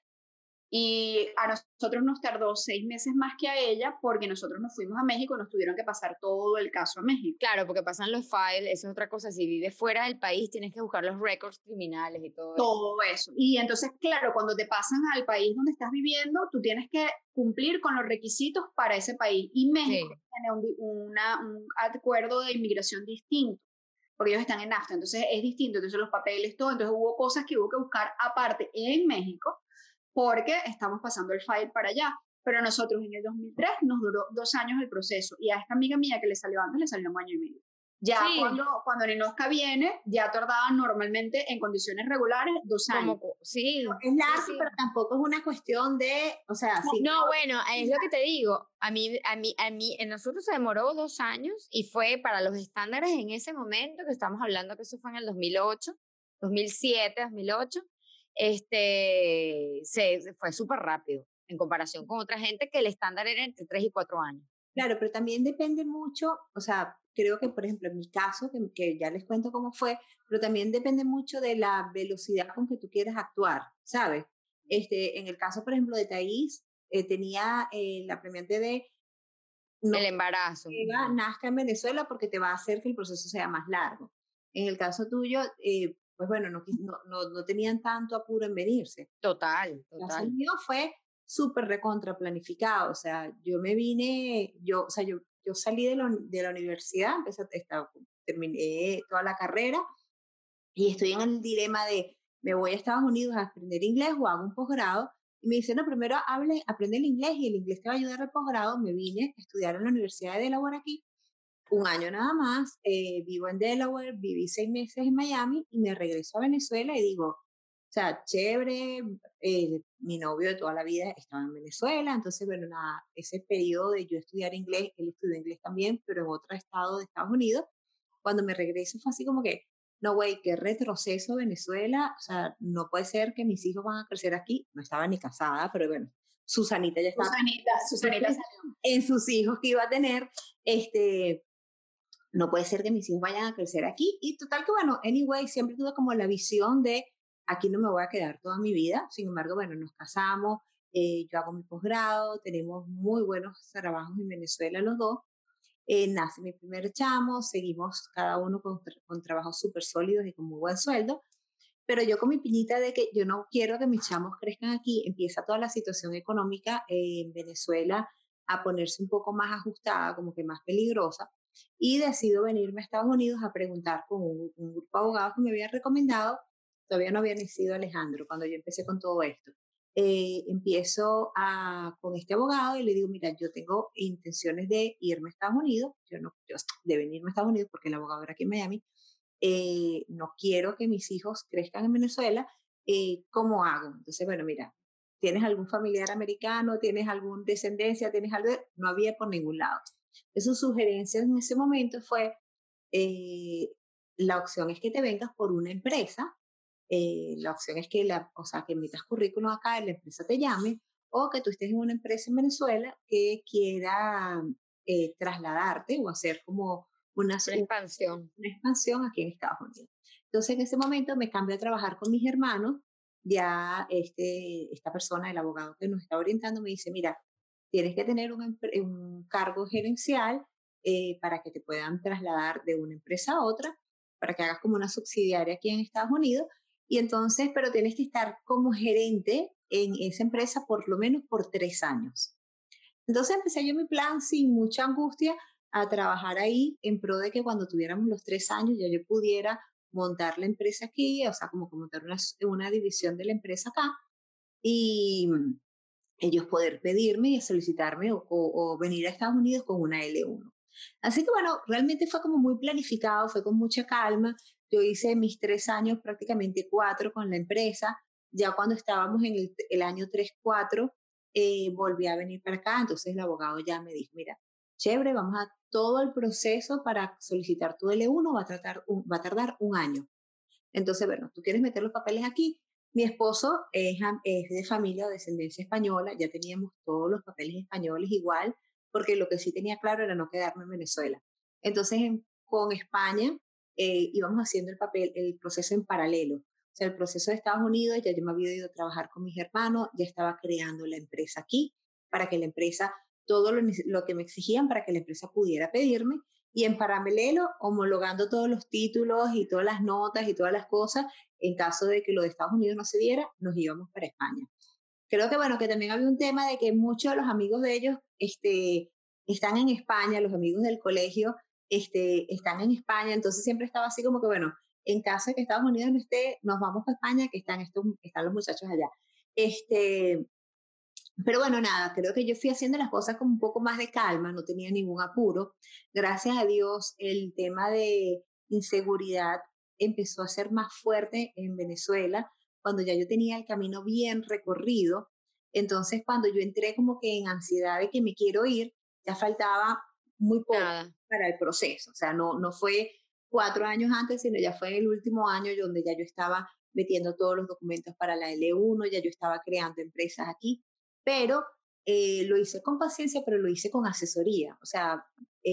C: Y a nosotros nos tardó 6 meses más que a ella porque nosotros nos fuimos a México y nos tuvieron que pasar todo el caso a México.
D: Claro, porque pasan los files, eso es otra cosa. Si vives fuera del país, tienes que buscar los récords criminales y todo eso.
C: Todo eso. Y entonces, claro, cuando te pasan al país donde estás viviendo, tú tienes que cumplir con los requisitos para ese país. Y México tiene un acuerdo de inmigración distinto, porque ellos están en NAFTA, entonces es distinto. Entonces los papeles, todo. Entonces hubo cosas que hubo que buscar aparte en México porque estamos pasando el file para allá. Pero a nosotros en el 2003 nos duró 2 años el proceso y a esta amiga mía que le salió antes le salió 1 año y medio. Ya sí. cuando Ninosca viene, ya tardaba normalmente en condiciones regulares 2 años.
D: Sí.
B: Es largo, sí. Pero tampoco es una cuestión de, o sea, sí.
D: No, bueno, es lo que te digo. En nosotros se demoró 2 años y fue para los estándares en ese momento, que estamos hablando que eso fue en el 2008, 2007, 2008, fue súper rápido en comparación con otra gente que el estándar era entre 3 y 4 años.
B: Claro, pero también depende mucho, o sea, creo que, por ejemplo, en mi caso, que ya les cuento cómo fue, pero también depende mucho de la velocidad con que tú quieres actuar, ¿sabes? En el caso, por ejemplo, de Thais, tenía la premiante de...
D: No, el embarazo.
B: Nazca en Venezuela porque te va a hacer que el proceso sea más largo. En el caso tuyo, pues bueno, no tenían tanto apuro en venirse.
D: Total.
B: El caso mío fue súper recontra planificado, o sea, yo me vine, yo salí de la universidad, terminé toda la carrera y estoy en el dilema de, me voy a Estados Unidos a aprender inglés o hago un posgrado, y me dicen, no, primero aprende el inglés y el inglés te va a ayudar al posgrado. Me vine a estudiar en la Universidad de Delaware aquí, 1 año nada más, vivo en Delaware, viví 6 meses en Miami y me regreso a Venezuela y digo, o sea, chévere, mi novio de toda la vida estaba en Venezuela, entonces, bueno, nada, ese periodo de yo estudiar inglés, él estudió inglés también, pero en otro estado de Estados Unidos, cuando me regreso fue así como que, no, güey, qué retroceso Venezuela, o sea, no puede ser que mis hijos van a crecer aquí, no estaba ni casada, pero bueno, Susanita ya estaba.
C: Susanita salió.
B: En sus hijos que iba a tener, no puede ser que mis hijos vayan a crecer aquí, y total que bueno, anyway, siempre tuve como la visión de, aquí no me voy a quedar toda mi vida. Sin embargo, bueno, nos casamos, yo hago mi posgrado, tenemos muy buenos trabajos en Venezuela los dos, nace mi primer chamo, seguimos cada uno con trabajos súper sólidos y con muy buen sueldo, pero yo con mi piñita de que yo no quiero que mis chamos crezcan aquí, empieza toda la situación económica en Venezuela a ponerse un poco más ajustada, como que más peligrosa, y decido venirme a Estados Unidos a preguntar con un grupo de abogados que me habían recomendado. todavía no había nacido Alejandro cuando yo empecé con todo esto. Empiezo con este abogado y le digo, mira, yo tengo intenciones de irme a Estados Unidos, yo de venirme a Estados Unidos porque el abogado era aquí en Miami, no quiero que mis hijos crezcan en Venezuela, ¿cómo hago? Entonces, bueno, mira, ¿tienes algún familiar americano? ¿Tienes alguna descendencia? ¿Tienes algo? No había por ningún lado. Su sugerencia en ese momento fue, la opción es que te vengas por una empresa, la opción es que, que metas currículum acá y la empresa te llame, o que tú estés en una empresa en Venezuela que quiera trasladarte o hacer como
D: una expansión.
B: Una expansión aquí en Estados Unidos. Entonces, en ese momento me cambio a trabajar con mis hermanos. Ya esta persona, el abogado que nos está orientando, me dice, mira, tienes que tener un cargo gerencial para que te puedan trasladar de una empresa a otra, para que hagas como una subsidiaria aquí en Estados Unidos. Y entonces, pero tienes que estar como gerente en esa empresa por lo menos por 3 años. Entonces empecé yo mi plan sin mucha angustia a trabajar ahí en pro de que cuando tuviéramos los 3 años ya yo pudiera montar la empresa aquí, o sea, como montar una división de la empresa acá y ellos poder pedirme y solicitarme o venir a Estados Unidos con una L1. Así que bueno, realmente fue como muy planificado, fue con mucha calma. Yo hice mis 3 años, prácticamente 4 con la empresa. Ya cuando estábamos en el año 3, 4, volví a venir para acá. Entonces el abogado ya me dijo, mira, chévere, vamos a todo el proceso para solicitar tu L1, va a tardar 1 año. Entonces, bueno, tú quieres meter los papeles aquí. Mi esposo es de familia o descendencia española, ya teníamos todos los papeles españoles igual, porque lo que sí tenía claro era no quedarme en Venezuela. Entonces, con España íbamos haciendo el proceso en paralelo. O sea, el proceso de Estados Unidos, ya yo me había ido a trabajar con mis hermanos, ya estaba creando la empresa aquí, para que la empresa, todo lo que me exigían para que la empresa pudiera pedirme, y en paralelo homologando todos los títulos y todas las notas y todas las cosas. En caso de que lo de Estados Unidos no se diera, nos íbamos para España. Creo que bueno, que también había un tema de que muchos de los amigos de ellos están en España, los amigos del colegio están en España, entonces siempre estaba así como que bueno, en caso de que Estados Unidos no esté, nos vamos para España, que están los muchachos allá. Pero bueno, nada, creo que yo fui haciendo las cosas con un poco más de calma, no tenía ningún apuro. Gracias a Dios, el tema de inseguridad empezó a ser más fuerte en Venezuela cuando ya yo tenía el camino bien recorrido. Entonces, cuando yo entré como que en ansiedad de que me quiero ir, ya faltaba muy poco para el proceso. O sea, no fue 4 años antes, sino ya fue en el último año donde ya yo estaba metiendo todos los documentos para la L1, ya yo estaba creando empresas aquí. Pero lo hice con paciencia, pero lo hice con asesoría. O sea,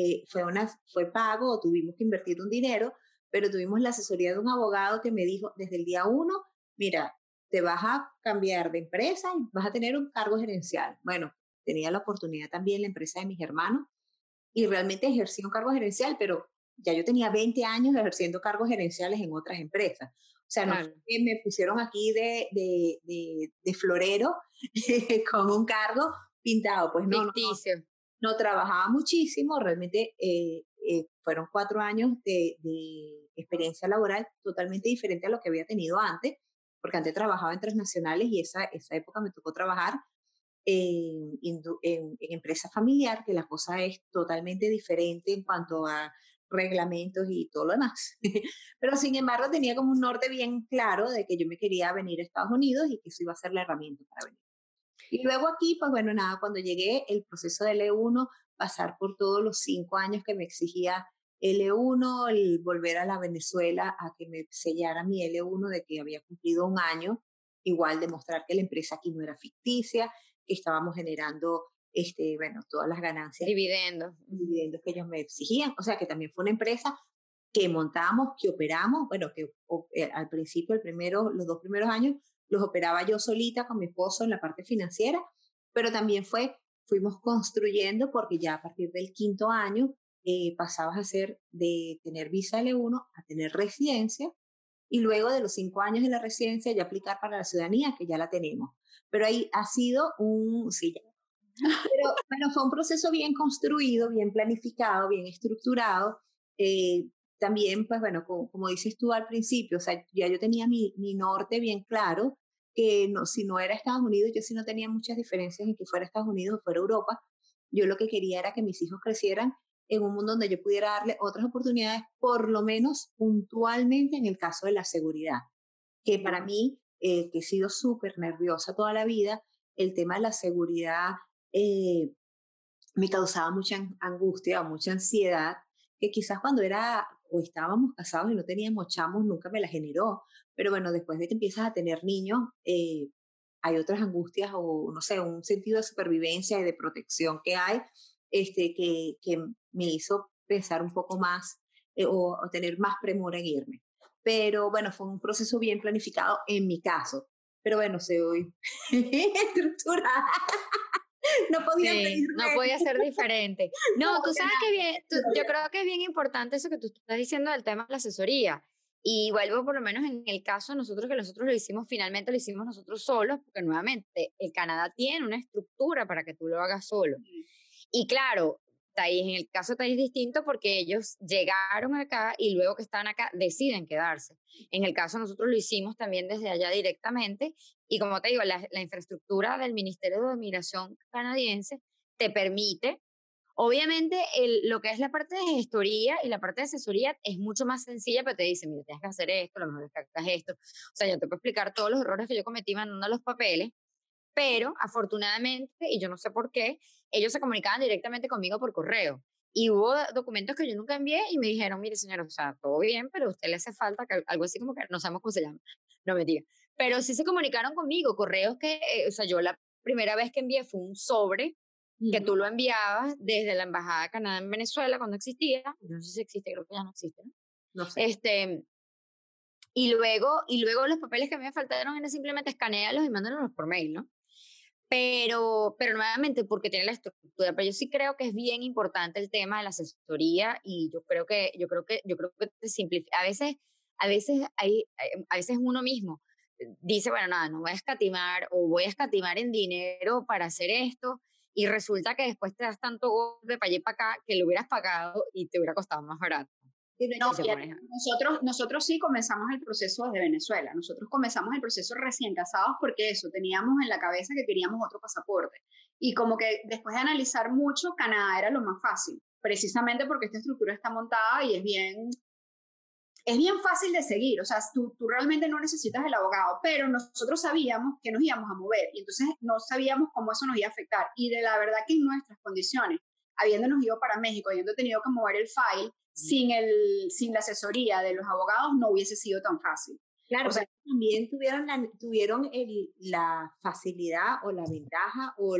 B: fue pago, tuvimos que invertir un dinero, pero tuvimos la asesoría de un abogado que me dijo desde el día 1, mira, te vas a cambiar de empresa y vas a tener un cargo gerencial. Bueno, tenía la oportunidad también en la empresa de mis hermanos y realmente ejercí un cargo gerencial, pero ya yo tenía 20 años ejerciendo cargos gerenciales en otras empresas. O sea, no fue que me pusieron aquí de florero con un cargo pintado, pues no, no trabajaba muchísimo, realmente fueron 4 años de experiencia laboral totalmente diferente a lo que había tenido antes, porque antes trabajaba en transnacionales y esa época me tocó trabajar en empresa familiar, que la cosa es totalmente diferente en cuanto a reglamentos y todo lo demás. Pero sin embargo tenía como un norte bien claro de que yo me quería venir a Estados Unidos y que eso iba a ser la herramienta para venir. Y luego aquí, pues bueno, nada, cuando llegué, el proceso de L1, pasar por todos los 5 años que me exigía L1, el volver a la Venezuela a que me sellara mi L1 de que había cumplido 1 año, igual demostrar que la empresa aquí no era ficticia, que estábamos generando bueno, todas las ganancias.
D: Dividendos
B: que ellos me exigían. O sea, que también fue una empresa que montamos, que operamos, bueno, que al principio, los 2 primeros años, los operaba yo solita con mi esposo en la parte financiera, pero también fuimos construyendo porque ya a partir del 5.º año pasabas a ser de tener visa L1 a tener residencia y luego de los 5 años de la residencia ya aplicar para la ciudadanía, que ya la tenemos. Pero ahí ha sido pero bueno, fue un proceso bien construido, bien planificado, bien estructurado. también, pues bueno, como dices tú al principio, o sea, ya yo tenía mi norte bien claro, que no, si no era Estados Unidos, yo sí no tenía muchas diferencias en que fuera Estados Unidos o fuera Europa. Yo lo que quería era que mis hijos crecieran en un mundo donde yo pudiera darle otras oportunidades, por lo menos puntualmente en el caso de la seguridad, que para mí, que he sido súper nerviosa toda la vida, el tema de la seguridad me causaba mucha angustia o mucha ansiedad, que quizás cuando era o estábamos casados y no teníamos chamos nunca me la generó, pero bueno, después de que empiezas a tener niños, hay otras angustias o no sé, un sentido de supervivencia y de protección que hay, que me hizo pensar un poco más o tener más premura en irme. Pero bueno, fue un proceso bien planificado en mi caso. Pero bueno, soy estructurada. No podía
D: Sí, no
B: pedirme.
D: podía ser diferente. No,
B: No,
D: tú
B: porque
D: sabes que bien,
B: nada.
D: yo creo que es bien importante eso que tú estás diciendo del tema de la asesoría. Y vuelvo por lo menos en el caso de nosotros, que nosotros lo hicimos, finalmente lo hicimos nosotros solos, porque nuevamente el Canadá tiene una estructura para que tú lo hagas solo. Y claro, Thais, en el caso de Thais es distinto porque ellos llegaron acá y luego que están acá deciden quedarse. En el caso nosotros lo hicimos también desde allá directamente y como te digo, la infraestructura del Ministerio de Migración canadiense te permite, obviamente lo que es la parte de gestoría y la parte de asesoría es mucho más sencilla, pero te dice, mira, tienes que hacer esto, a lo mejor es que hagas esto. O sea, yo te puedo explicar todos los errores que yo cometí mandando los papeles, pero afortunadamente, y yo no sé por qué, ellos se comunicaban directamente conmigo por correo. Y hubo documentos que yo nunca envié y me dijeron, mire señora, o sea, todo bien, pero a usted le hace falta que, algo así como que no sabemos cómo se llama, no me diga. Pero sí se comunicaron conmigo, correos que, o sea, yo la primera vez que envié fue un sobre que tú lo enviabas desde la Embajada de Canadá en Venezuela cuando existía, no sé si existe, creo que ya no existe, ¿no?
B: No sé.
D: Y luego los papeles que a mí me faltaron era simplemente escanearlos y mándalos por mail, ¿no? Pero nuevamente, porque tiene la estructura, pero yo sí creo que es bien importante el tema de la asesoría y yo creo que te simplifica. A veces uno mismo dice, bueno, nada, no voy a escatimar o voy a escatimar en dinero para hacer esto y resulta que después te das tanto golpe para allá y para acá que lo hubieras pagado y te hubiera costado más barato.
C: No,
D: Si se
C: fíjate,
D: pone.
C: nosotros sí comenzamos el proceso desde Venezuela. Nosotros comenzamos el proceso recién casados porque eso, teníamos en la cabeza que queríamos otro pasaporte. Y como que después de analizar mucho, Canadá era lo más fácil, precisamente porque esta estructura está montada y es bien fácil de seguir. O sea, tú realmente no necesitas el abogado, pero nosotros sabíamos que nos íbamos a mover y entonces no sabíamos cómo eso nos iba a afectar. Y de la verdad que en nuestras condiciones, habiéndonos ido para México, habiendo tenido que mover el file, sin la asesoría de los abogados no hubiese sido tan fácil.
B: Claro,
C: O sea,
B: pero también tuvieron la facilidad o la ventaja o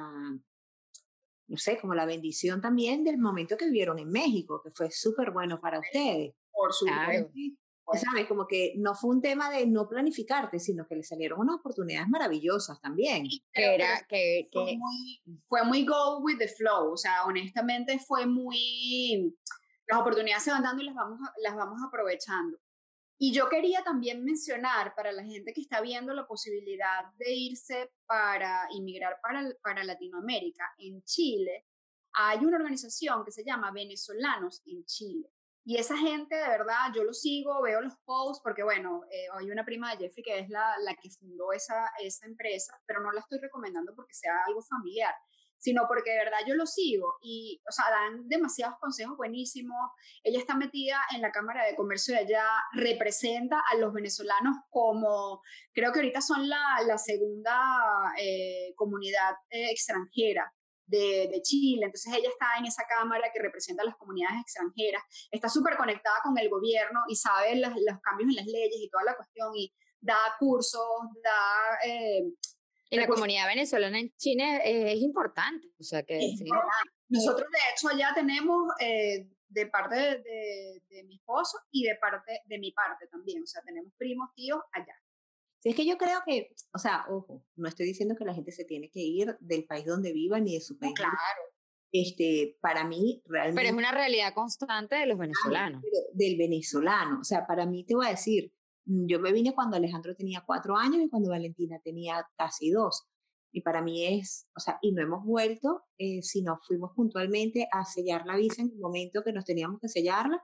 B: no sé, como la bendición también del momento que vivieron en México, que fue súper bueno para ustedes.
C: por supuesto.
B: Claro. ¿Sabes? Como que no fue un tema de no planificarte, sino que le salieron unas oportunidades maravillosas también.
D: Que
C: Fue muy go with the flow. O sea, honestamente fue muy. Las oportunidades se van dando y las vamos aprovechando. Y yo quería también mencionar para la gente que está viendo la posibilidad de irse para inmigrar para Latinoamérica, en Chile, hay una organización que se llama Venezolanos en Chile. Y esa gente, de verdad, yo lo sigo, veo los posts, porque bueno, hay una prima de Jeffrey que es la que fundó esa empresa, pero no la estoy recomendando porque sea algo familiar, sino porque de verdad yo lo sigo y, o sea, dan demasiados consejos buenísimos. Ella está metida en la Cámara de Comercio de allá, representa a los venezolanos como, creo que ahorita son la segunda comunidad extranjera de Chile, entonces ella está en esa cámara que representa a las comunidades extranjeras, está súper conectada con el gobierno y sabe los cambios en las leyes y toda la cuestión y da cursos, da...
D: y la comunidad venezolana en Chile es importante, o sea que sí.
C: Nosotros de hecho allá tenemos de parte de mi esposo y de mi parte también, o sea, tenemos primos, tíos allá.
B: Sí, es que yo creo que, o sea, ojo, no estoy diciendo que la gente se tiene que ir del país donde viva ni de su país.
C: Claro.
B: Para mí realmente...
D: Pero es una realidad constante de los venezolanos.
B: Pero del venezolano, o sea, para mí te voy a decir, yo me vine cuando Alejandro tenía 4 años y cuando Valentina tenía casi 2. Y para mí es, o sea, y no hemos vuelto, sino fuimos puntualmente a sellar la visa en el momento que nos teníamos que sellarla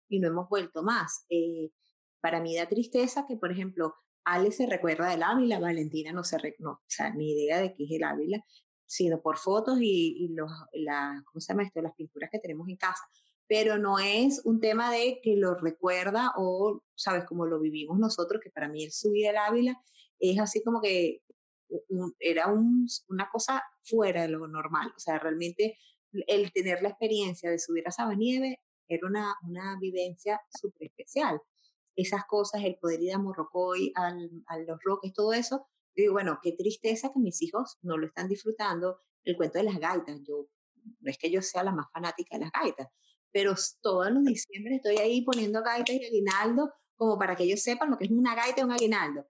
B: y no hemos vuelto más. Para mí da tristeza que, por ejemplo, Ale se recuerda del Ávila, Valentina no, o sea, ni idea de qué es el Ávila, sino por fotos y ¿cómo se llama esto? Las pinturas que tenemos en casa. Pero no es un tema de que lo recuerda o, sabes, como lo vivimos nosotros, que para mí el subir al Ávila es así como que era una cosa fuera de lo normal. O sea, realmente el tener la experiencia de subir a Sabanieve era una vivencia súper especial. Esas cosas, el poder ir a Morrocoy, a los Roques, todo eso, yo digo, bueno, qué tristeza que mis hijos no lo están disfrutando. El cuento de las gaitas, no es que yo sea la más fanática de las gaitas, pero todos los diciembre estoy ahí poniendo gaitas y aguinaldo, como para que ellos sepan lo que es una gaita y un aguinaldo.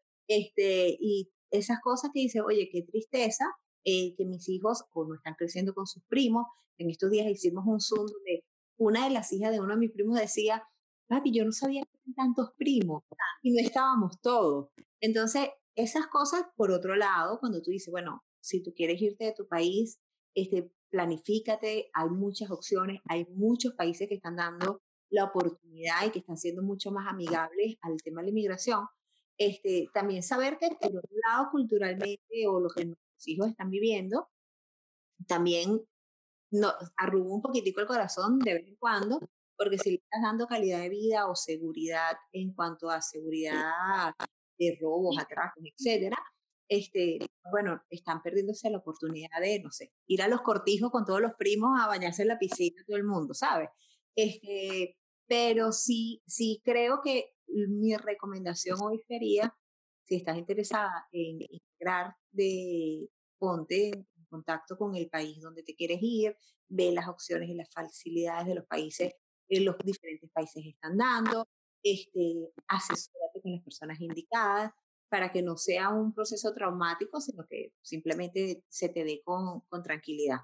B: Y esas cosas que dice, oye, qué tristeza que mis hijos o no están creciendo con sus primos. En estos días hicimos un Zoom donde una de las hijas de uno de mis primos decía, papi, yo no sabía que eran tantos primos y no estábamos todos. Entonces, esas cosas, por otro lado, cuando tú dices, bueno, si tú quieres irte de tu país, planifícate, hay muchas opciones, hay muchos países que están dando la oportunidad y que están siendo mucho más amigables al tema de la inmigración. También saber que por otro lado, culturalmente o lo que nuestros hijos están viviendo, también nos arruga un poquitico el corazón de vez en cuando, porque si le estás dando calidad de vida o seguridad en cuanto a seguridad de robos, atracos, etcétera, bueno, están perdiéndose la oportunidad de, no sé, ir a los cortijos con todos los primos a bañarse en la piscina, todo el mundo, ¿sabes? Pero sí creo que mi recomendación hoy sería, si estás interesada en integrar, ponte en contacto con el país donde te quieres ir, ve las opciones y las facilidades de los países, los diferentes países están dando, asesórate con las personas indicadas para que no sea un proceso traumático, sino que simplemente se te dé con tranquilidad.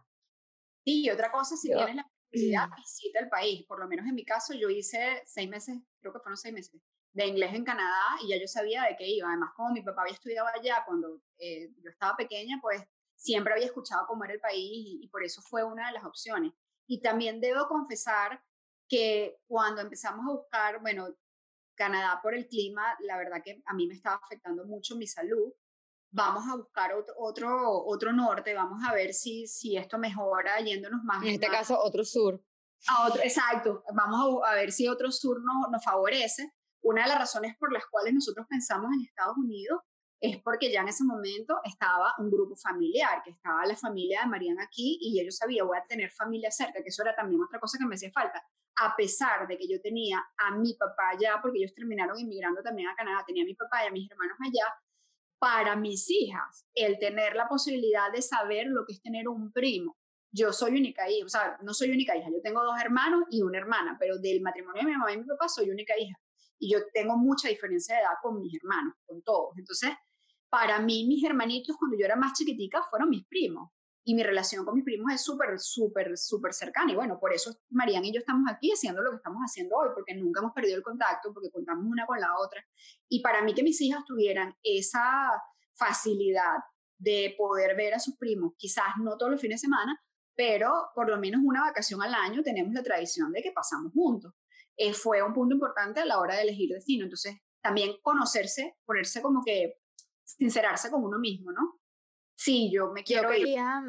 C: Y otra cosa, si tienes la posibilidad, visita el país. Por lo menos en mi caso, yo hice 6 meses, creo que fueron 6 meses, de inglés en Canadá y ya yo sabía de qué iba. Además, como mi papá había estudiado allá cuando yo estaba pequeña, pues siempre había escuchado cómo era el país y por eso fue una de las opciones. Y también debo confesar que cuando empezamos a buscar, bueno, Canadá por el clima, la verdad que a mí me estaba afectando mucho mi salud. Vamos a buscar otro norte, vamos a ver si esto mejora yéndonos más.
D: En este caso, otro sur.
C: Exacto, vamos a ver si otro sur nos favorece. Una de las razones por las cuales nosotros pensamos en Estados Unidos es porque ya en ese momento estaba un grupo familiar, que estaba la familia de Mariana aquí y ellos sabían, voy a tener familia cerca, que eso era también otra cosa que me hacía falta. A pesar de que yo tenía a mi papá allá, porque ellos terminaron inmigrando también a Canadá, tenía a mi papá y a mis hermanos allá, para mis hijas, el tener la posibilidad de saber lo que es tener un primo. Yo soy única hija, o sea, no soy única hija, yo tengo 2 hermanos y una hermana, pero del matrimonio de mi mamá y mi papá soy única hija. Y yo tengo mucha diferencia de edad con mis hermanos, con todos. Entonces, para mí, mis hermanitos, cuando yo era más chiquitica, fueron mis primos. Y mi relación con mis primos es súper cercana. Y bueno, por eso Mariana y yo estamos aquí haciendo lo que estamos haciendo hoy, porque nunca hemos perdido el contacto, porque contamos una con la otra. Y para mí que mis hijas tuvieran esa facilidad de poder ver a sus primos, quizás no todos los fines de semana, pero por lo menos una vacación al año tenemos la tradición de que pasamos juntos. Fue un punto importante a la hora de elegir destino. Entonces, también conocerse, ponerse como que sincerarse con uno mismo, ¿no? Sí, yo me quiero ir.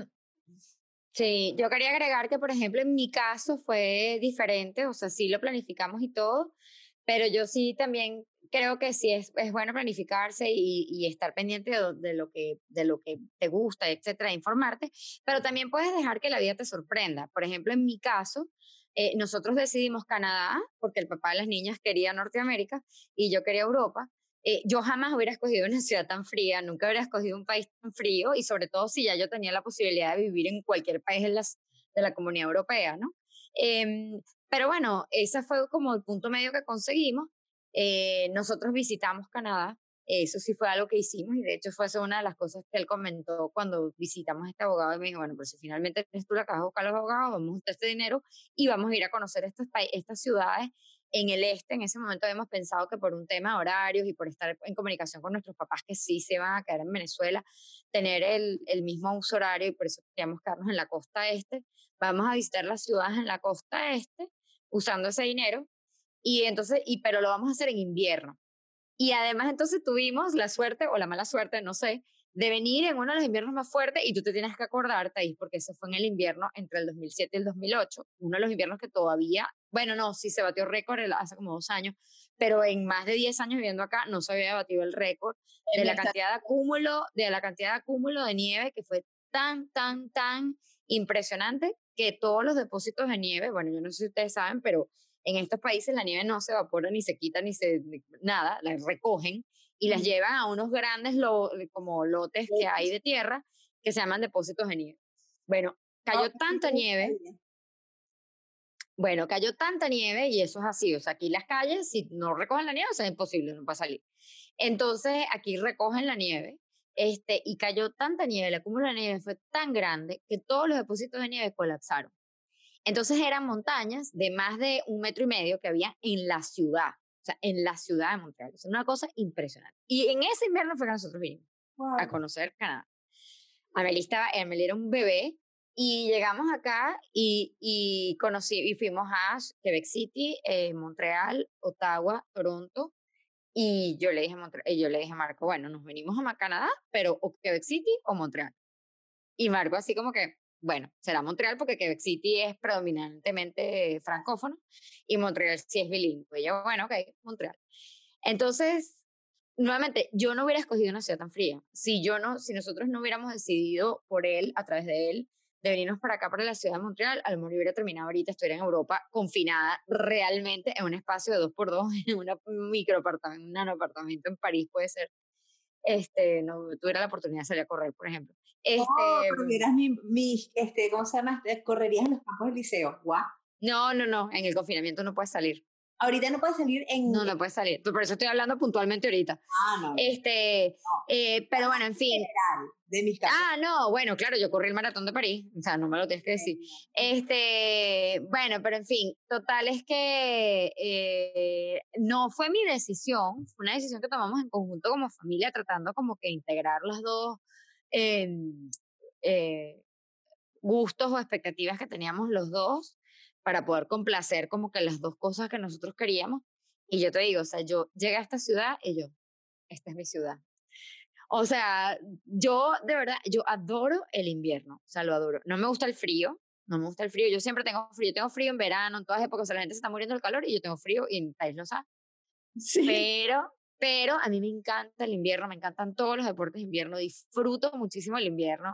D: Sí, yo quería agregar que, por ejemplo, en mi caso fue diferente, o sea, sí lo planificamos y todo, pero yo sí también creo que sí es bueno planificarse y estar pendiente de lo que te gusta, etcétera, informarte, pero también puedes dejar que la vida te sorprenda. Por ejemplo, en mi caso, nosotros decidimos Canadá porque el papá de las niñas quería Norteamérica y yo quería Europa. Yo jamás hubiera escogido una ciudad tan fría, nunca hubiera escogido un país tan frío y sobre todo si ya yo tenía la posibilidad de vivir en cualquier país de la Comunidad Europea, ¿no? Pero bueno, ese fue como el punto medio que conseguimos. Nosotros visitamos Canadá, eso sí fue algo que hicimos y de hecho fue una de las cosas que él comentó cuando visitamos a este abogado y me dijo, bueno, pero si finalmente eres tú la que vas a buscar a los abogados, vamos a juntar este dinero y vamos a ir a conocer estas ciudades en el este. En ese momento habíamos pensado que por un tema de horarios y por estar en comunicación con nuestros papás que sí se van a quedar en Venezuela, tener el mismo uso horario y por eso queríamos quedarnos en la costa este. Vamos a visitar las ciudades en la costa este usando ese dinero Y entonces, pero lo vamos a hacer en invierno. Y además entonces tuvimos la suerte o la mala suerte, no sé, de venir en uno de los inviernos más fuertes y tú te tienes que acordarte ahí porque eso fue en el invierno entre el 2007 y el 2008, uno de los inviernos que todavía, bueno, no, sí se batió récord hace como 2 años, pero en más de 10 años viviendo acá no se había batido el récord de la cantidad de acúmulo de nieve que fue tan impresionante que todos los depósitos de nieve, bueno, yo no sé si ustedes saben, pero en estos países la nieve no se evapora ni se quita nada, la recogen y las llevan a unos grandes como lotes que hay de tierra que se llaman depósitos de nieve. Bueno, cayó tanta nieve. Bueno, cayó tanta nieve y eso es así. O sea, aquí las calles, si no recogen la nieve, o sea, es imposible, no va a salir. Entonces, aquí recogen la nieve y cayó tanta nieve, el acúmulo de nieve fue tan grande que todos los depósitos de nieve colapsaron. Entonces eran montañas de más de 1,5 metros que había en la ciudad, o sea, en la ciudad de Montreal. Es una cosa impresionante. Y en ese invierno fue que nosotros vinimos a conocer Canadá. Amelie era un bebé y llegamos acá y fuimos a Quebec City, Montreal, Ottawa, Toronto. Y yo le dije a Marco, bueno, nos venimos a Canadá, pero o Quebec City o Montreal. Y Marco así como que, bueno, será Montreal porque Quebec City es predominantemente francófono y Montreal sí es bilingüe. Y yo, bueno, ok, Montreal. Entonces, nuevamente, yo no hubiera escogido una ciudad tan fría. Si nosotros no hubiéramos decidido por él, a través de él, de venirnos para acá, para la ciudad de Montreal, a lo mejor hubiera terminado ahorita, estuviera en Europa, confinada realmente en un espacio de 2x2, en un nanoapartamento en París, puede ser. No tuviera la oportunidad de salir a correr, por ejemplo.
B: Corrieras ¿cómo se llama? Correrías en los campos del liceo. ¿Guau?
D: No, en el confinamiento no puedes salir.
B: Ahorita no puedes salir
D: No puedes salir. Por eso estoy hablando puntualmente ahorita.
B: No.
D: Pero bueno, en fin.
B: General, de mis casos.
D: No, bueno, claro, yo corrí el maratón de París, o sea, no me lo tienes que decir. Bueno, pero en fin, total es que no fue mi decisión, fue una decisión que tomamos en conjunto como familia, tratando como que integrar las dos gustos o expectativas que teníamos los dos para poder complacer como que las dos cosas que nosotros queríamos. Y yo te digo, o sea, yo llegué a esta ciudad y esta es mi ciudad. O sea, yo de verdad, yo adoro el invierno, o sea, lo adoro. No me gusta el frío, yo siempre tengo frío en verano, en todas épocas, o sea, la gente se está muriendo del calor y yo tengo frío y en país lo sabe. Sí. Pero a mí me encanta el invierno, me encantan todos los deportes de invierno, disfruto muchísimo el invierno,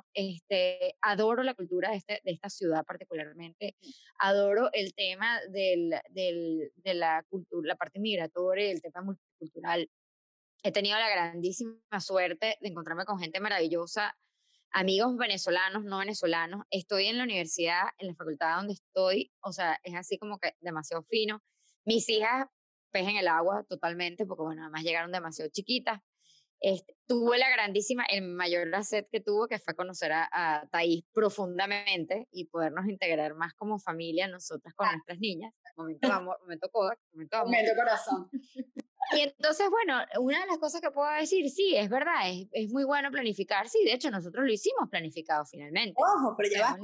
D: adoro la cultura de esta ciudad particularmente, adoro el tema de la cultura, la parte migratoria, el tema multicultural. He tenido la grandísima suerte de encontrarme con gente maravillosa, amigos venezolanos, no venezolanos. Estoy en la universidad, en la facultad donde estoy, o sea, es así como que demasiado fino. Mis hijas, pez en el agua totalmente, porque bueno, además llegaron demasiado chiquitas. Tuve el mayor asset que tuvo, que fue conocer a Thaís profundamente y podernos integrar más como familia, nosotras con nuestras niñas. Momento amor, momento corazón.
C: Momento corazón.
D: Y entonces, bueno, una de las cosas que puedo decir, sí, es verdad, es muy bueno planificar, sí, de hecho nosotros lo hicimos planificado finalmente.
B: Ojo, pero ya va,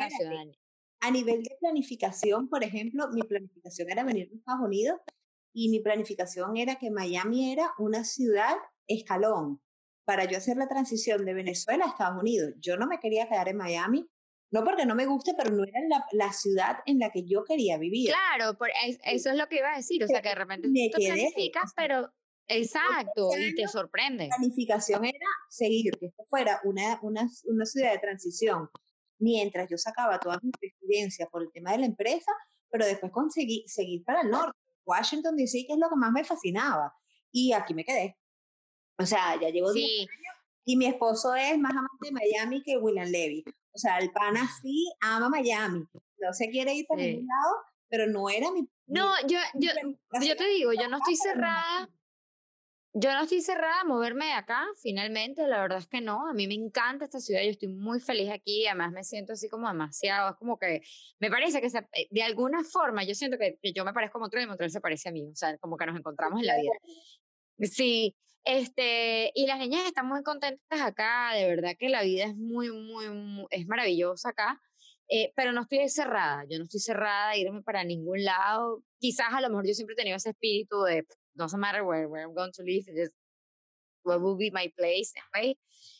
B: a nivel de planificación, por ejemplo, mi planificación era venir a Estados Unidos y mi planificación era que Miami era una ciudad escalón para yo hacer la transición de Venezuela a Estados Unidos. Yo no me quería quedar en Miami, no porque no me guste, pero no era la ciudad en la que yo quería vivir.
D: Claro, eso es lo que iba a decir, o sea, que de repente tú planificas, pero exacto, y te sorprende.
B: La planificación era seguir, que esto fuera una ciudad de transición, mientras yo sacaba toda mi experiencia por el tema de la empresa, pero después conseguí seguir para el norte, Washington DC, que es lo que más me fascinaba, y aquí me quedé. O sea, ya llevo 10 años, y mi esposo es más amante de Miami que William Levy. O sea, el pana sí ama Miami, no se quiere ir para ningún lado, pero no era mi...
D: No, yo te digo, yo no estoy cerrada. Yo no estoy cerrada a moverme de acá, finalmente, la verdad es que no, a mí me encanta esta ciudad, yo estoy muy feliz aquí, además me siento así como demasiado, es como que, me parece que de alguna forma, yo siento que yo me parezco a Montreal y Montreal se parece a mí, o sea, como que nos encontramos en la vida. Sí, y las niñas están muy contentas acá, de verdad que la vida es es maravillosa acá, pero no estoy cerrada, yo no estoy cerrada a irme para ningún lado. Quizás a lo mejor yo siempre he tenido ese espíritu de doesn't matter where I'm going to live, just what will be my place, anyway.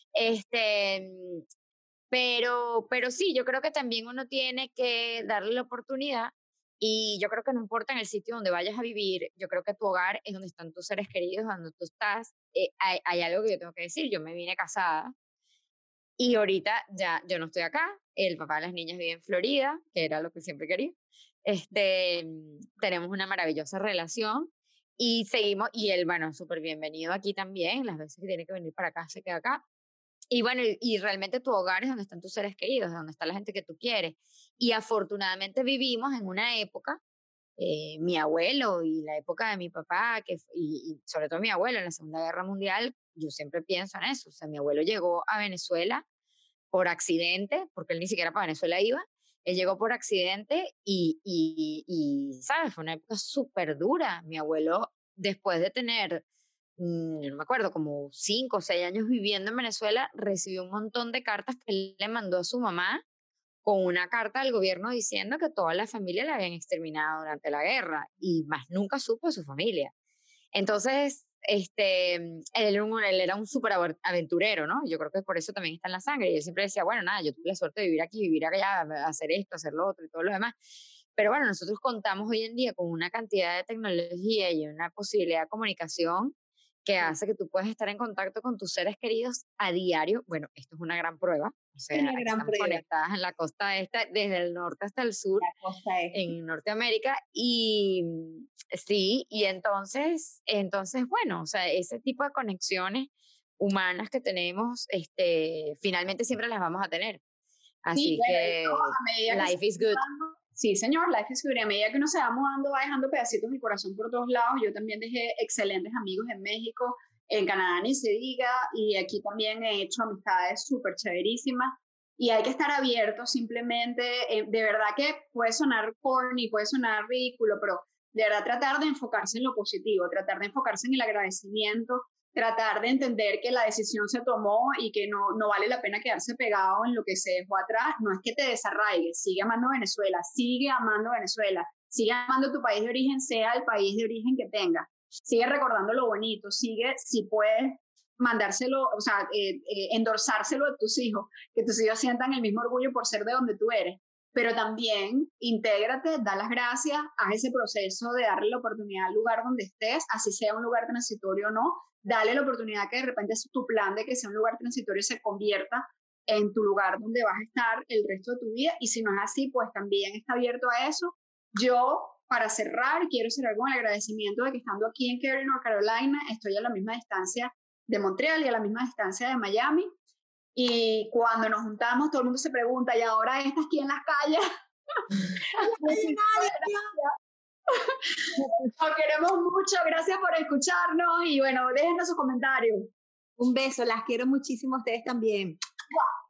D: Pero sí, yo creo que también uno tiene que darle la oportunidad y yo creo que no importa en el sitio donde vayas a vivir, yo creo que tu hogar es donde están tus seres queridos, donde tú estás. Hay algo que yo tengo que decir, yo me vine casada y ahorita ya yo no estoy acá, el papá de las niñas vive en Florida, que era lo que siempre quería. Tenemos una maravillosa relación y seguimos, y él, bueno, súper bienvenido aquí también, las veces que tiene que venir para acá, se queda acá. Y bueno, y realmente tu hogar es donde están tus seres queridos, donde está la gente que tú quieres. Y afortunadamente vivimos en una época, mi abuelo y la época de mi papá, y sobre todo mi abuelo en la Segunda Guerra Mundial, yo siempre pienso en eso. O sea, mi abuelo llegó a Venezuela por accidente, porque él ni siquiera para Venezuela iba. Él llegó por accidente y ¿sabes? Fue una época súper dura. Mi abuelo, después de tener yo no me acuerdo, como 5 o 6 años viviendo en Venezuela, recibió un montón de cartas que él le mandó a su mamá con una carta del gobierno diciendo que toda la familia la habían exterminado durante la guerra y más nunca supo de su familia. Entonces, él era un súper aventurero, ¿no? Yo creo que por eso también está en la sangre. Y él siempre decía, bueno, nada, yo tuve la suerte de vivir aquí, vivir allá, hacer esto, hacer lo otro y todo lo demás. Pero bueno, nosotros contamos hoy en día con una cantidad de tecnología y una posibilidad de comunicación que hace que tú puedas estar en contacto con tus seres queridos a diario. Bueno, esto es una gran prueba. O sea,
B: una
D: aquí
B: gran
D: estamos
B: prueba.
D: conectadas en la costa esta, desde el norte hasta el sur,
B: La costa este.
D: en Norteamérica. Y sí, y entonces, bueno, o sea, ese tipo de conexiones humanas que tenemos, finalmente siempre las vamos a tener. Así
C: Sí, bueno,
D: que
C: a medida que
D: life is good.
C: Sí, señor, life is good. Y a medida que uno se va mudando, va dejando pedacitos del corazón por todos lados. Yo también dejé excelentes amigos en México, en Canadá ni se diga, y aquí también he hecho amistades súper chéverísimas. Y hay que estar abiertos simplemente, de verdad que puede sonar corny, puede sonar ridículo, pero de verdad tratar de enfocarse en lo positivo, tratar de enfocarse en el agradecimiento, tratar de entender que la decisión se tomó y que no vale la pena quedarse pegado en lo que se dejó atrás. No es que te desarraigues, sigue amando Venezuela, sigue amando tu país de origen, sea el país de origen que tengas. Sigue recordando lo bonito, sigue, si puedes, mandárselo, o sea, endorsárselo a tus hijos, que tus hijos sientan el mismo orgullo por ser de donde tú eres. Pero también intégrate, da las gracias, haz ese proceso de darle la oportunidad al lugar donde estés, así sea un lugar transitorio o no, dale la oportunidad que de repente es tu plan de que sea un lugar transitorio y se convierta en tu lugar donde vas a estar el resto de tu vida, y si no es así, pues también está abierto a eso. Yo, para cerrar, quiero cerrar con el agradecimiento de que estando aquí en Cary, North Carolina, estoy a la misma distancia de Montreal y a la misma distancia de Miami, y cuando nos juntamos todo el mundo se pregunta, ¿y ahora esta aquí en las calles? Los queremos mucho, gracias por escucharnos y bueno, déjenos sus comentarios.
B: Un beso, las quiero muchísimo a ustedes también.